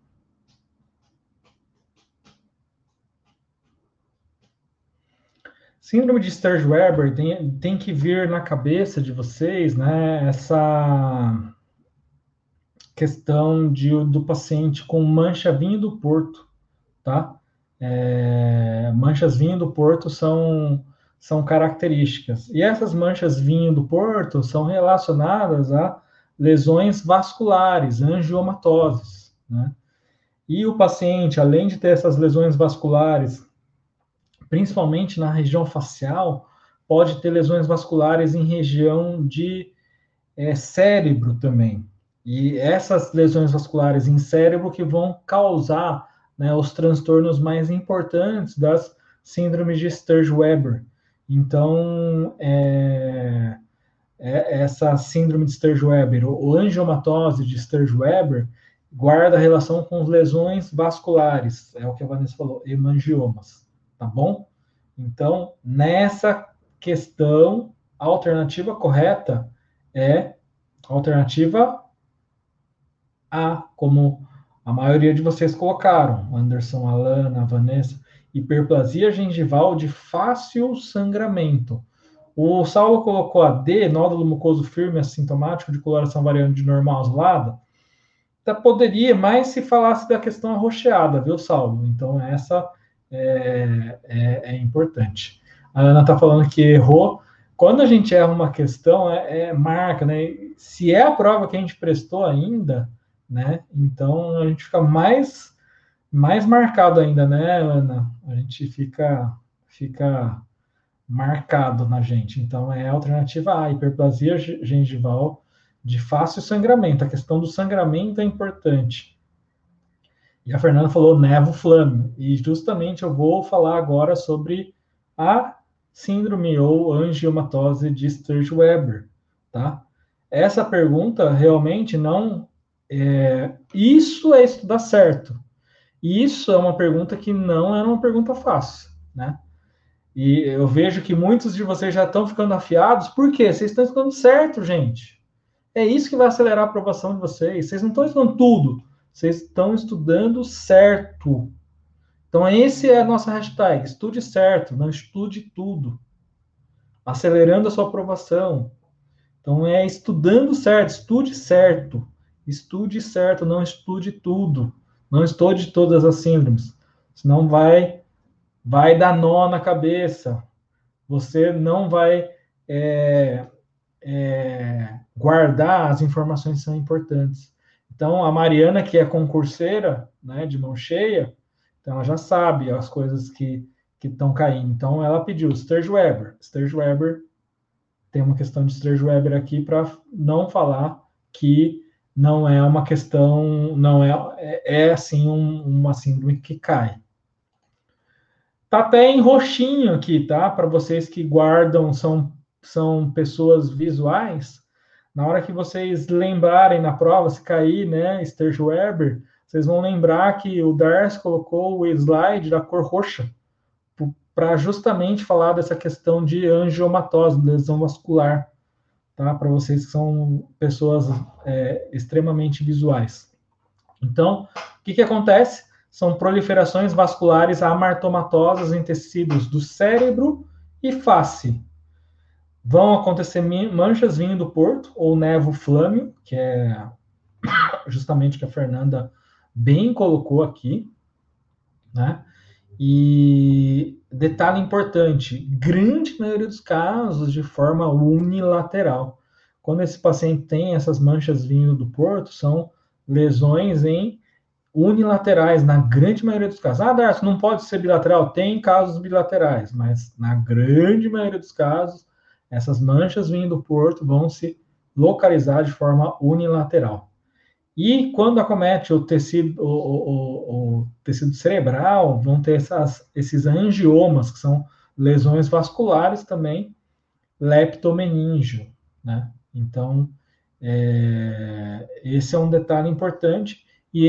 Síndrome de Sturge-Weber tem que vir na cabeça de vocês, né, essa questão do paciente com mancha vinho do Porto, tá? Manchas vinho do Porto são características. E essas manchas vinho do Porto são relacionadas a lesões vasculares, angiomatoses, né? E o paciente, além de ter essas lesões vasculares, principalmente na região facial, pode ter lesões vasculares em região de cérebro também. E essas lesões vasculares em cérebro que vão causar, né, os transtornos mais importantes das síndromes de Sturge-Weber. Então, essa síndrome de Sturge-Weber, ou angiomatose de Sturge-Weber, guarda relação com lesões vasculares, é o que a Vanessa falou, hemangiomas, tá bom? Então, nessa questão, a alternativa correta é a alternativa A, como a maioria de vocês colocaram, Anderson, Alana, Vanessa, hiperplasia gengival de fácil sangramento. O Saulo colocou a D, nódulo mucoso firme assintomático de coloração variando de normal azulada. Poderia, mais se falasse da questão arroxeada, viu, Saulo? Então, essa é importante. A Ana está falando que errou. Quando a gente erra uma questão, marca, né? Se é a prova que a gente prestou ainda, né? Então, a gente fica mais marcado ainda, né, Ana? A gente fica marcado na gente. Então, é a alternativa A, hiperplasia gengival de fácil sangramento. A questão do sangramento é importante. E a Fernanda falou nevo flame. E justamente eu vou falar agora sobre a síndrome ou angiomatose de Sturge-Weber, tá? Essa pergunta realmente não isso é estudar certo. Isso é uma pergunta que não é uma pergunta fácil, né? E eu vejo que muitos de vocês já estão ficando afiados. Por quê? Vocês estão estudando certo, gente. É isso que vai acelerar a aprovação de vocês. Vocês não estão estudando tudo. Vocês estão estudando certo. Então, esse é a nossa hashtag. Estude certo, não estude tudo. Acelerando a sua aprovação. Então, é estudando certo, estude certo. Estude certo, não estude tudo. Não estude todas as síndromes. Senão vai dar nó na cabeça. Você não vai guardar as informações que são importantes. Então, a Mariana, que é concurseira, né, de mão cheia, então ela já sabe as coisas que estão caindo. Então, ela pediu Sturge-Weber. Sturge-Weber, tem uma questão de Sturge-Weber aqui para não falar que não é uma questão, não é assim uma síndrome que cai. Tá até em roxinho aqui, tá? Para vocês que guardam, são pessoas visuais. Na hora que vocês lembrarem na prova, se cair, né, Sturge-Weber, vocês vão lembrar que o Darcy colocou o slide da cor roxa para justamente falar dessa questão de angiomatose, lesão vascular, tá? Para vocês que são pessoas extremamente visuais. Então, o que acontece? São proliferações vasculares amartomatosas em tecidos do cérebro e face. Vão acontecer manchas vinho do Porto, ou nevo flâmio, que é justamente o que a Fernanda bem colocou aqui, né? E detalhe importante, grande maioria dos casos de forma unilateral. Quando esse paciente tem essas manchas vinho do Porto, são lesões unilaterais, na grande maioria dos casos. Ah, Darcy, não pode ser bilateral? Tem casos bilaterais, mas na grande maioria dos casos, essas manchas vinho do Porto vão se localizar de forma unilateral. E quando acomete o tecido, o tecido cerebral, vão ter esses angiomas, que são lesões vasculares também, leptomeníngeo, né? Então, esse é um detalhe importante. E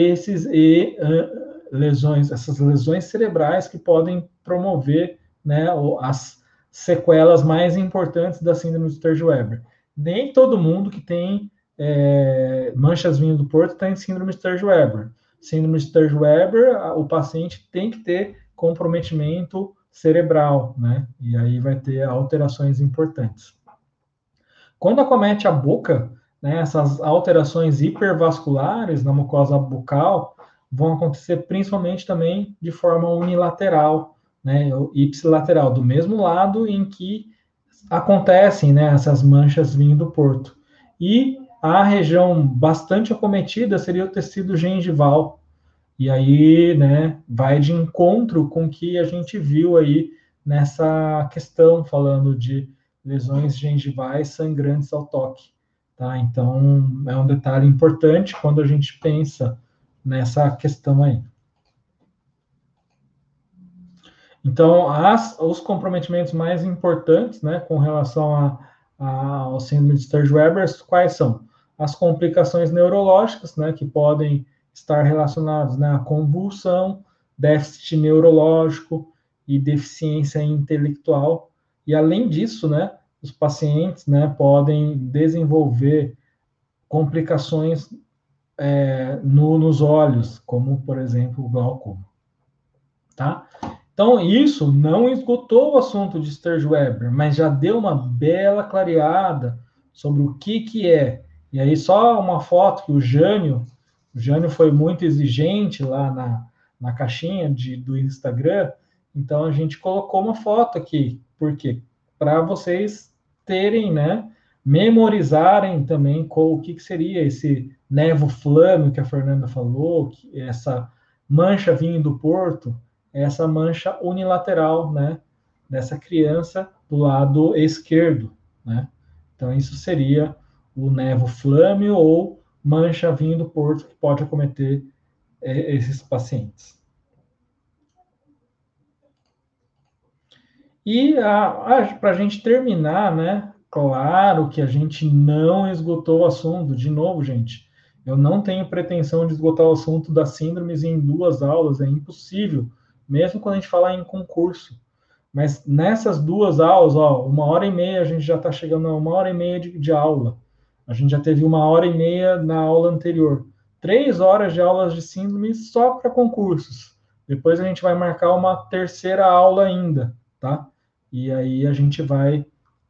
essas lesões cerebrais que podem promover, né, as sequelas mais importantes da síndrome de Sturge-Weber. nem todo mundo que tem manchas vindo do Porto tem síndrome de Sturge-Weber. Síndrome de Sturge-Weber, o paciente tem que ter comprometimento cerebral, né? E aí vai ter alterações importantes. Quando acomete a boca, né, essas alterações hipervasculares na mucosa bucal vão acontecer principalmente também de forma unilateral, né, ou ipsilateral, do mesmo lado em que acontecem, né, essas manchas vindo do porto. E a região bastante acometida seria o tecido gengival. E aí, né, vai de encontro com o que a gente viu aí nessa questão, falando de lesões gengivais sangrantes ao toque. Tá? Então, é um detalhe importante quando a gente pensa nessa questão aí. Então, os comprometimentos mais importantes, né, com relação ao síndrome de Sturge-Weber, quais são? As complicações neurológicas, né, que podem estar relacionadas, né, à convulsão, déficit neurológico e deficiência intelectual. E, além disso, né, os pacientes, né, podem desenvolver complicações nos olhos, como, por exemplo, o glaucoma. Tá? Então, isso não esgotou o assunto de Sturge-Weber, mas já deu uma bela clareada sobre o que é. E aí, só uma foto que o Jânio foi muito exigente lá na caixinha do Instagram, então a gente colocou uma foto aqui. Por quê? Para vocês terem, né, memorizarem também o que seria esse névoa flâmio que a Fernanda falou, essa mancha vindo do porto, essa mancha unilateral, né, dessa criança do lado esquerdo, né? Então isso seria o nevo flâmio ou mancha vindo do porto que pode acometer esses pacientes. E para a gente terminar, né? Claro que a gente não esgotou o assunto. De novo, gente, eu não tenho pretensão de esgotar o assunto das síndromes em 2 aulas, é impossível, mesmo quando a gente falar em concurso. Mas nessas 2 aulas, ó, 1h30, a gente já está chegando a 1h30 de aula. A gente já teve 1h30 na aula anterior. 3 horas de aulas de síndrome só para concursos. Depois a gente vai marcar uma terceira aula ainda, tá? E aí a gente vai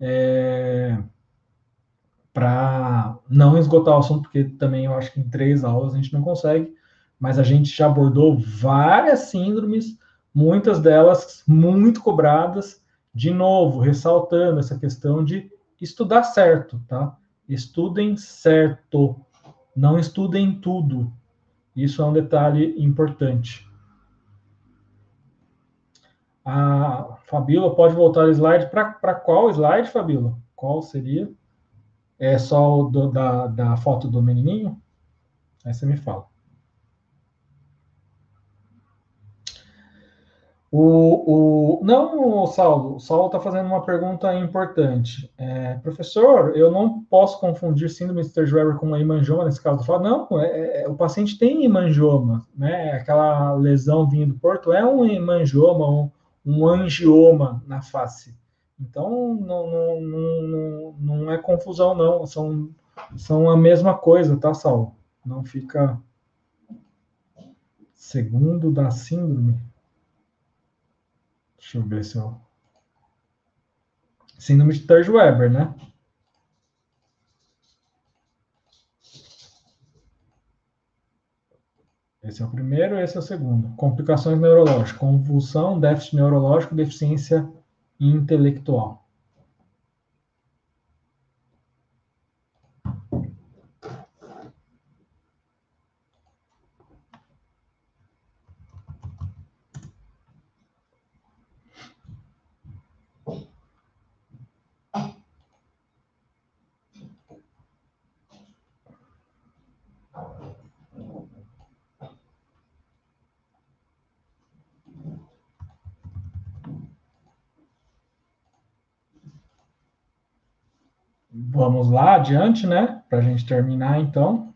para não esgotar o assunto, porque também eu acho que em 3 aulas a gente não consegue, mas a gente já abordou várias síndromes, muitas delas muito cobradas, de novo, ressaltando essa questão de estudar certo, tá? Estudem certo, não estudem tudo. Isso é um detalhe importante. A Fabíola pode voltar o slide. Para qual slide, Fabíola? Qual seria? É só o da foto do menininho? Aí você me fala. Não, Saulo. O Saulo está fazendo uma pergunta importante. Professor, eu não posso confundir síndrome de Sturge-Weber com uma hemangioma nesse caso. Falo, não, o paciente tem hemangioma, né? Aquela lesão vindo do porto é um hemangioma, um angioma na face. Então, não é confusão, não. São a mesma coisa, tá, Saulo? Não fica segundo da síndrome. Deixa eu ver se eu... Síndrome de Sturge-Weber, né? Esse é o primeiro, esse é o segundo. Complicações neurológicas, convulsão, déficit neurológico, deficiência intelectual. Vamos lá, adiante, né? Para a gente terminar, então.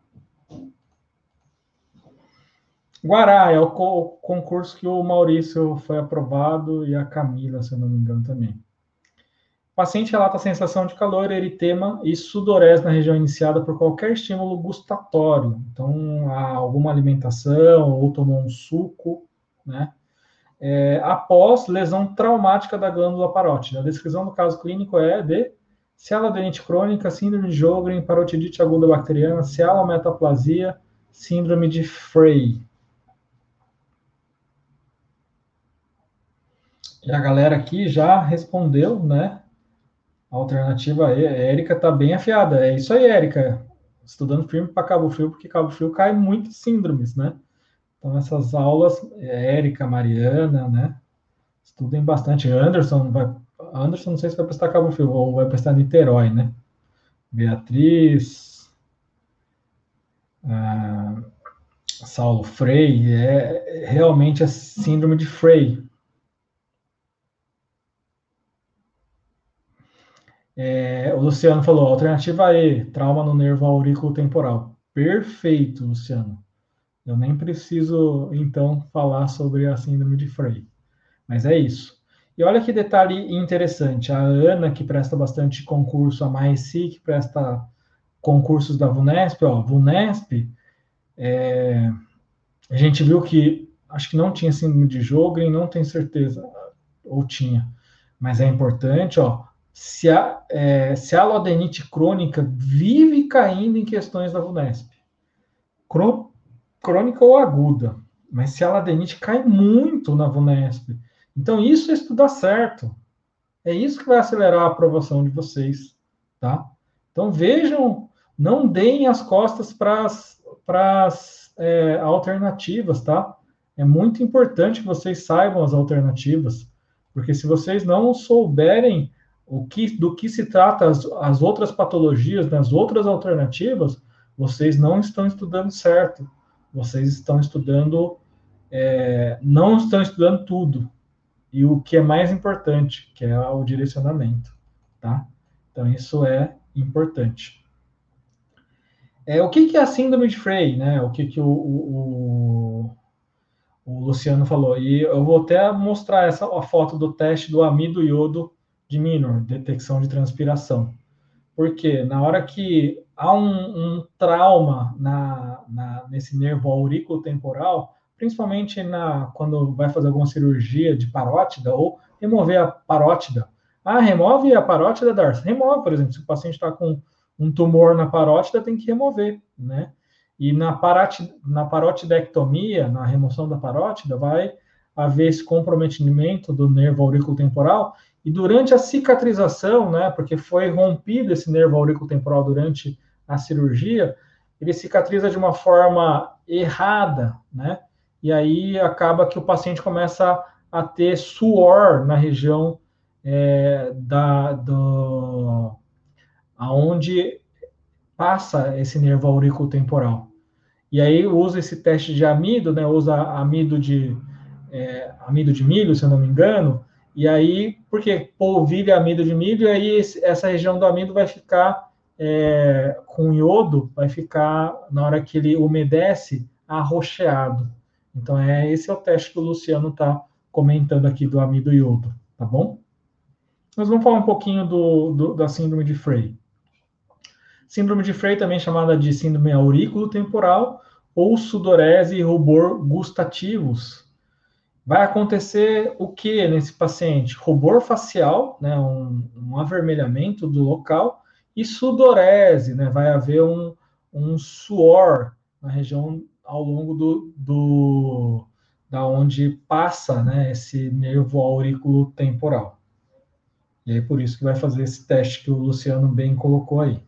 Guará é o concurso que o Maurício foi aprovado e a Camila, se eu não me engano, também. paciente relata a sensação de calor, eritema e sudorese na região iniciada por qualquer estímulo gustatório. Então, há alguma alimentação ou tomou um suco, né? Após lesão traumática da glândula parótida. A descrição do caso clínico é de cialodenite crônica, síndrome de Sjögren, parotidite aguda bacteriana, cialometaplasia, síndrome de Frey. E a galera aqui já respondeu, né? A alternativa E, a Érica está bem afiada. É isso aí, Érica. Estudando firme para Cabo Frio, porque Cabo Frio cai muito síndromes, né? Então, essas aulas, Érica, Mariana, né? Estudem bastante. Anderson, não sei se vai prestar Cabo Frio ou vai prestar Niterói, né? Beatriz, Saulo Frey, realmente a síndrome de Frey. O Luciano falou, alternativa E, trauma no nervo aurículo temporal. Perfeito, Luciano. Eu nem preciso, então, falar sobre a síndrome de Frey. Mas é isso. E olha que detalhe interessante. A Ana, que presta bastante concurso, a Maesi, que presta concursos da VUNESP, VUNESP, a gente viu que, acho que não tinha síndrome de Sjögren, não tenho certeza, ou tinha, mas é importante, se a alodenite crônica vive caindo em questões da VUNESP, crônica ou aguda, mas se a alodenite cai muito na VUNESP, então isso é estudar certo, é isso que vai acelerar a aprovação de vocês, tá? Então vejam, não deem as costas para as alternativas, tá? É muito importante que vocês saibam as alternativas, porque se vocês não souberem do que se trata as outras patologias, nas outras alternativas, vocês não estão estudando certo. Vocês estão estudando, não estão estudando tudo. E o que é mais importante, que é o direcionamento, tá? Então, isso é importante. O que é a síndrome de Frey, né? O que o Luciano falou. E eu vou até mostrar a foto do teste do amido iodo de Minor, detecção de transpiração. Porque na hora que há um trauma nesse nervo aurículo temporal, principalmente quando vai fazer alguma cirurgia de parótida ou remover a parótida. Remove a parótida, Darcy? Remove, por exemplo, se o paciente está com um tumor na parótida, tem que remover, né? E na parotidectomia, na remoção da parótida, vai haver esse comprometimento do nervo auriculo temporal e durante a cicatrização, né, porque foi rompido esse nervo auriculo temporal durante a cirurgia, ele cicatriza de uma forma errada, né? E aí acaba que o paciente começa a ter suor na região aonde passa esse nervo auriculo temporal. E aí usa esse teste de amido, né? Usa amido de milho, se eu não me engano. E aí, porque polvilha amido de milho, e aí essa região do amido vai ficar com iodo, vai ficar, na hora que ele umedece, arroxeado. Então, esse é o teste que o Luciano está comentando aqui do amido iodo, tá bom? Nós vamos falar um pouquinho da síndrome de Frey. Síndrome de Frey, também chamada de síndrome aurículo temporal, ou sudorese e rubor gustativos. Vai acontecer o que nesse paciente? Rubor facial, né, um avermelhamento do local, e sudorese, né, vai haver um suor na região ao longo da onde passa, né, esse nervo aurículo temporal. E é por isso que vai fazer esse teste que o Luciano bem colocou aí.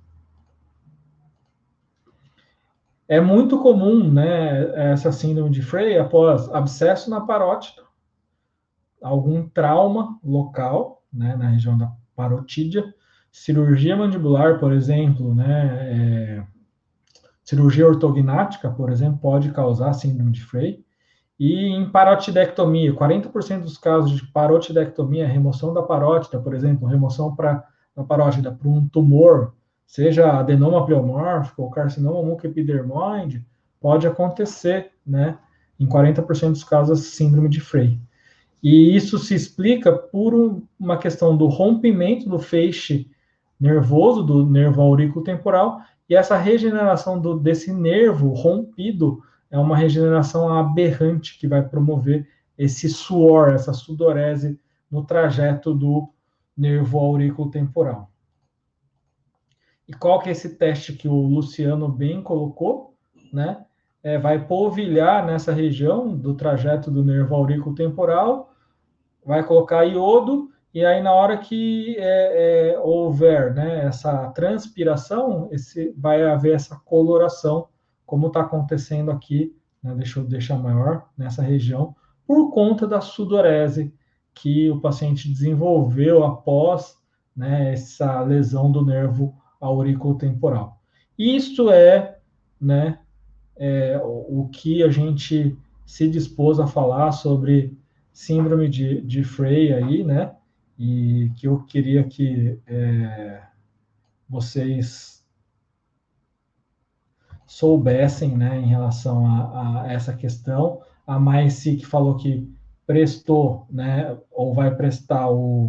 É muito comum, né, essa síndrome de Frey após abscesso na parótida, algum trauma local, né, na região da parotídea, cirurgia mandibular, por exemplo, né, cirurgia ortognática, por exemplo, pode causar síndrome de Frey. E em parotidectomia, 40% dos casos de parotidectomia, remoção da parótida, por exemplo, remoção da parótida para um tumor, seja adenoma pleomórfico ou carcinoma mucoepidermoide, pode acontecer, né, em 40% dos casos, síndrome de Frey. E isso se explica por uma questão do rompimento do feixe nervoso, do nervo aurículo-temporal, e essa regeneração desse nervo rompido é uma regeneração aberrante que vai promover esse suor, essa sudorese no trajeto do nervo aurículo-temporal. E qual que é esse teste que o Luciano bem colocou, né? Vai polvilhar nessa região do trajeto do nervo aurículo-temporal, vai colocar iodo, e aí na hora que houver, né, essa transpiração, vai haver essa coloração, como está acontecendo aqui, né, deixa eu deixar maior, nessa região, por conta da sudorese que o paciente desenvolveu após, né, essa lesão do nervo auriculotemporal. Isso né, o que a gente se dispôs a falar sobre síndrome de Frey aí, né? E que eu queria que vocês soubessem, né, em relação a essa questão. A Maici que falou que prestou, né, ou vai prestar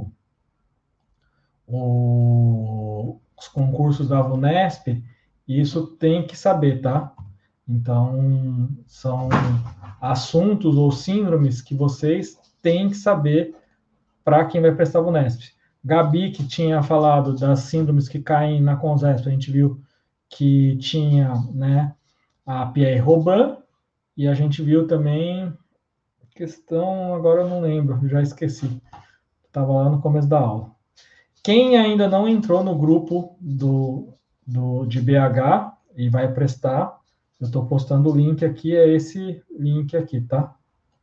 os concursos da VUNESP, e isso tem que saber, tá? Então, são assuntos ou síndromes que vocês têm que saber para quem vai prestar o VUNESP. Gabi, que tinha falado das síndromes que caem na CONSESP, a gente viu que tinha, né, a Pierre-Robin, e a gente viu também questão, agora eu não lembro, já esqueci. Estava lá no começo da aula. Quem ainda não entrou no grupo de BH e vai prestar, eu estou postando o link aqui, é esse link aqui, tá?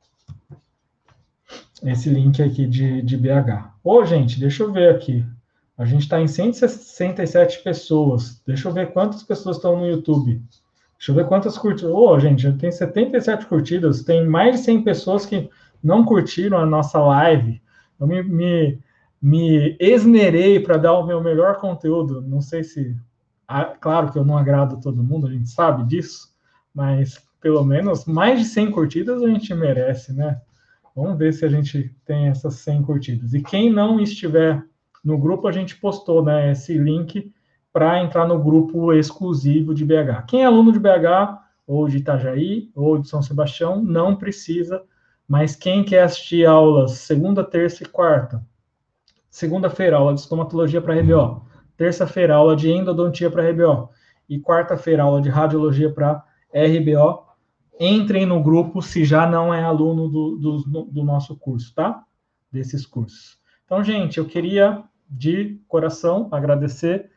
Esse link aqui de BH. Ô, gente, deixa eu ver aqui. A gente está em 167 pessoas. Deixa eu ver quantas pessoas estão no YouTube. Deixa eu ver quantas curtidas. Ô, gente, já tem 77 curtidas. Tem mais de 100 pessoas que não curtiram a nossa live. Eu me esmerei para dar o meu melhor conteúdo. Não sei se... Claro que eu não agrado todo mundo, a gente sabe disso. Mas, pelo menos, mais de 100 curtidas a gente merece, né? Vamos ver se a gente tem essas 100 curtidas. E quem não estiver no grupo, a gente postou, né, esse link para entrar no grupo exclusivo de BH. Quem é aluno de BH, ou de Itajaí, ou de São Sebastião, não precisa, mas quem quer assistir aulas segunda, terça e quarta, segunda-feira, aula de estomatologia para RBO, terça-feira, aula de endodontia para RBO, e quarta-feira, aula de radiologia para RBO, entrem no grupo se já não é aluno do nosso curso, tá? Desses cursos. Então, gente, eu queria, de coração, agradecer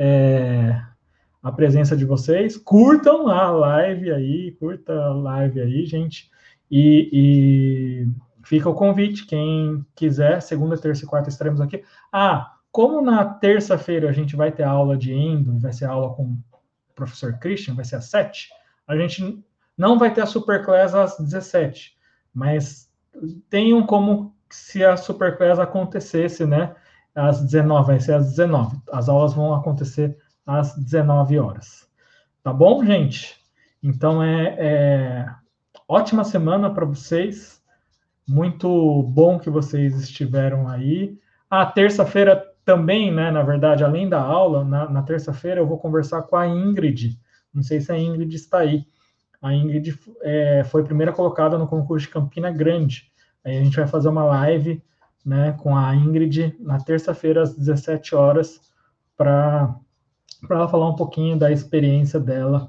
a presença de vocês. Curtam a live aí, gente. E fica o convite, quem quiser, segunda, terça e quarta estaremos aqui. Como na terça-feira a gente vai ter aula de endo, vai ser aula com o professor Christian, vai ser às 7, a gente não vai ter a Superclass às 17, mas tenham como se a Superclass acontecesse, né, às 19, vai ser às 19. As aulas vão acontecer às 19 horas. Tá bom, gente? Então, ótima semana para vocês. Muito bom que vocês estiveram aí. Terça-feira também, né, na verdade, além da aula, na terça-feira eu vou conversar com a Ingrid. Não sei se a Ingrid está aí. A Ingrid foi primeira colocada no concurso de Campina Grande. Aí a gente vai fazer uma live, né, com a Ingrid na terça-feira às 17 horas para ela falar um pouquinho da experiência dela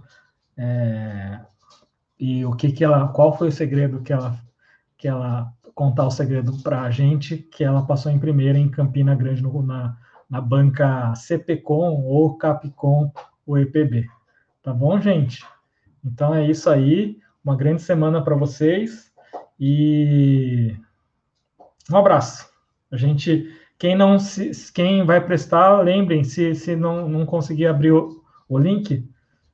e qual foi o segredo que ela contar o segredo para a gente, que ela passou em primeira em Campina Grande na banca CPCom ou Capcom ou EPB. Tá bom, gente? Então é isso aí. Uma grande semana para vocês e um abraço. Quem vai prestar, lembrem, se não conseguir abrir o link,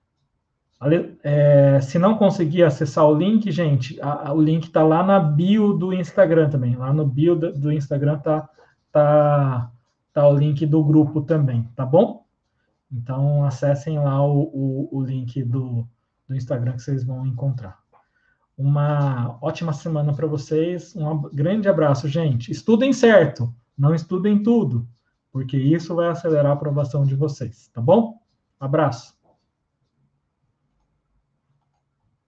se não conseguir acessar o link, gente, o link está lá na bio do Instagram também. Lá no bio do Instagram tá o link do grupo também, tá bom? Então acessem lá o link do Instagram que vocês vão encontrar. uma ótima semana para vocês. Um grande abraço, gente. Estudem certo, não estudem tudo, porque isso vai acelerar a aprovação de vocês, tá bom? Abraço.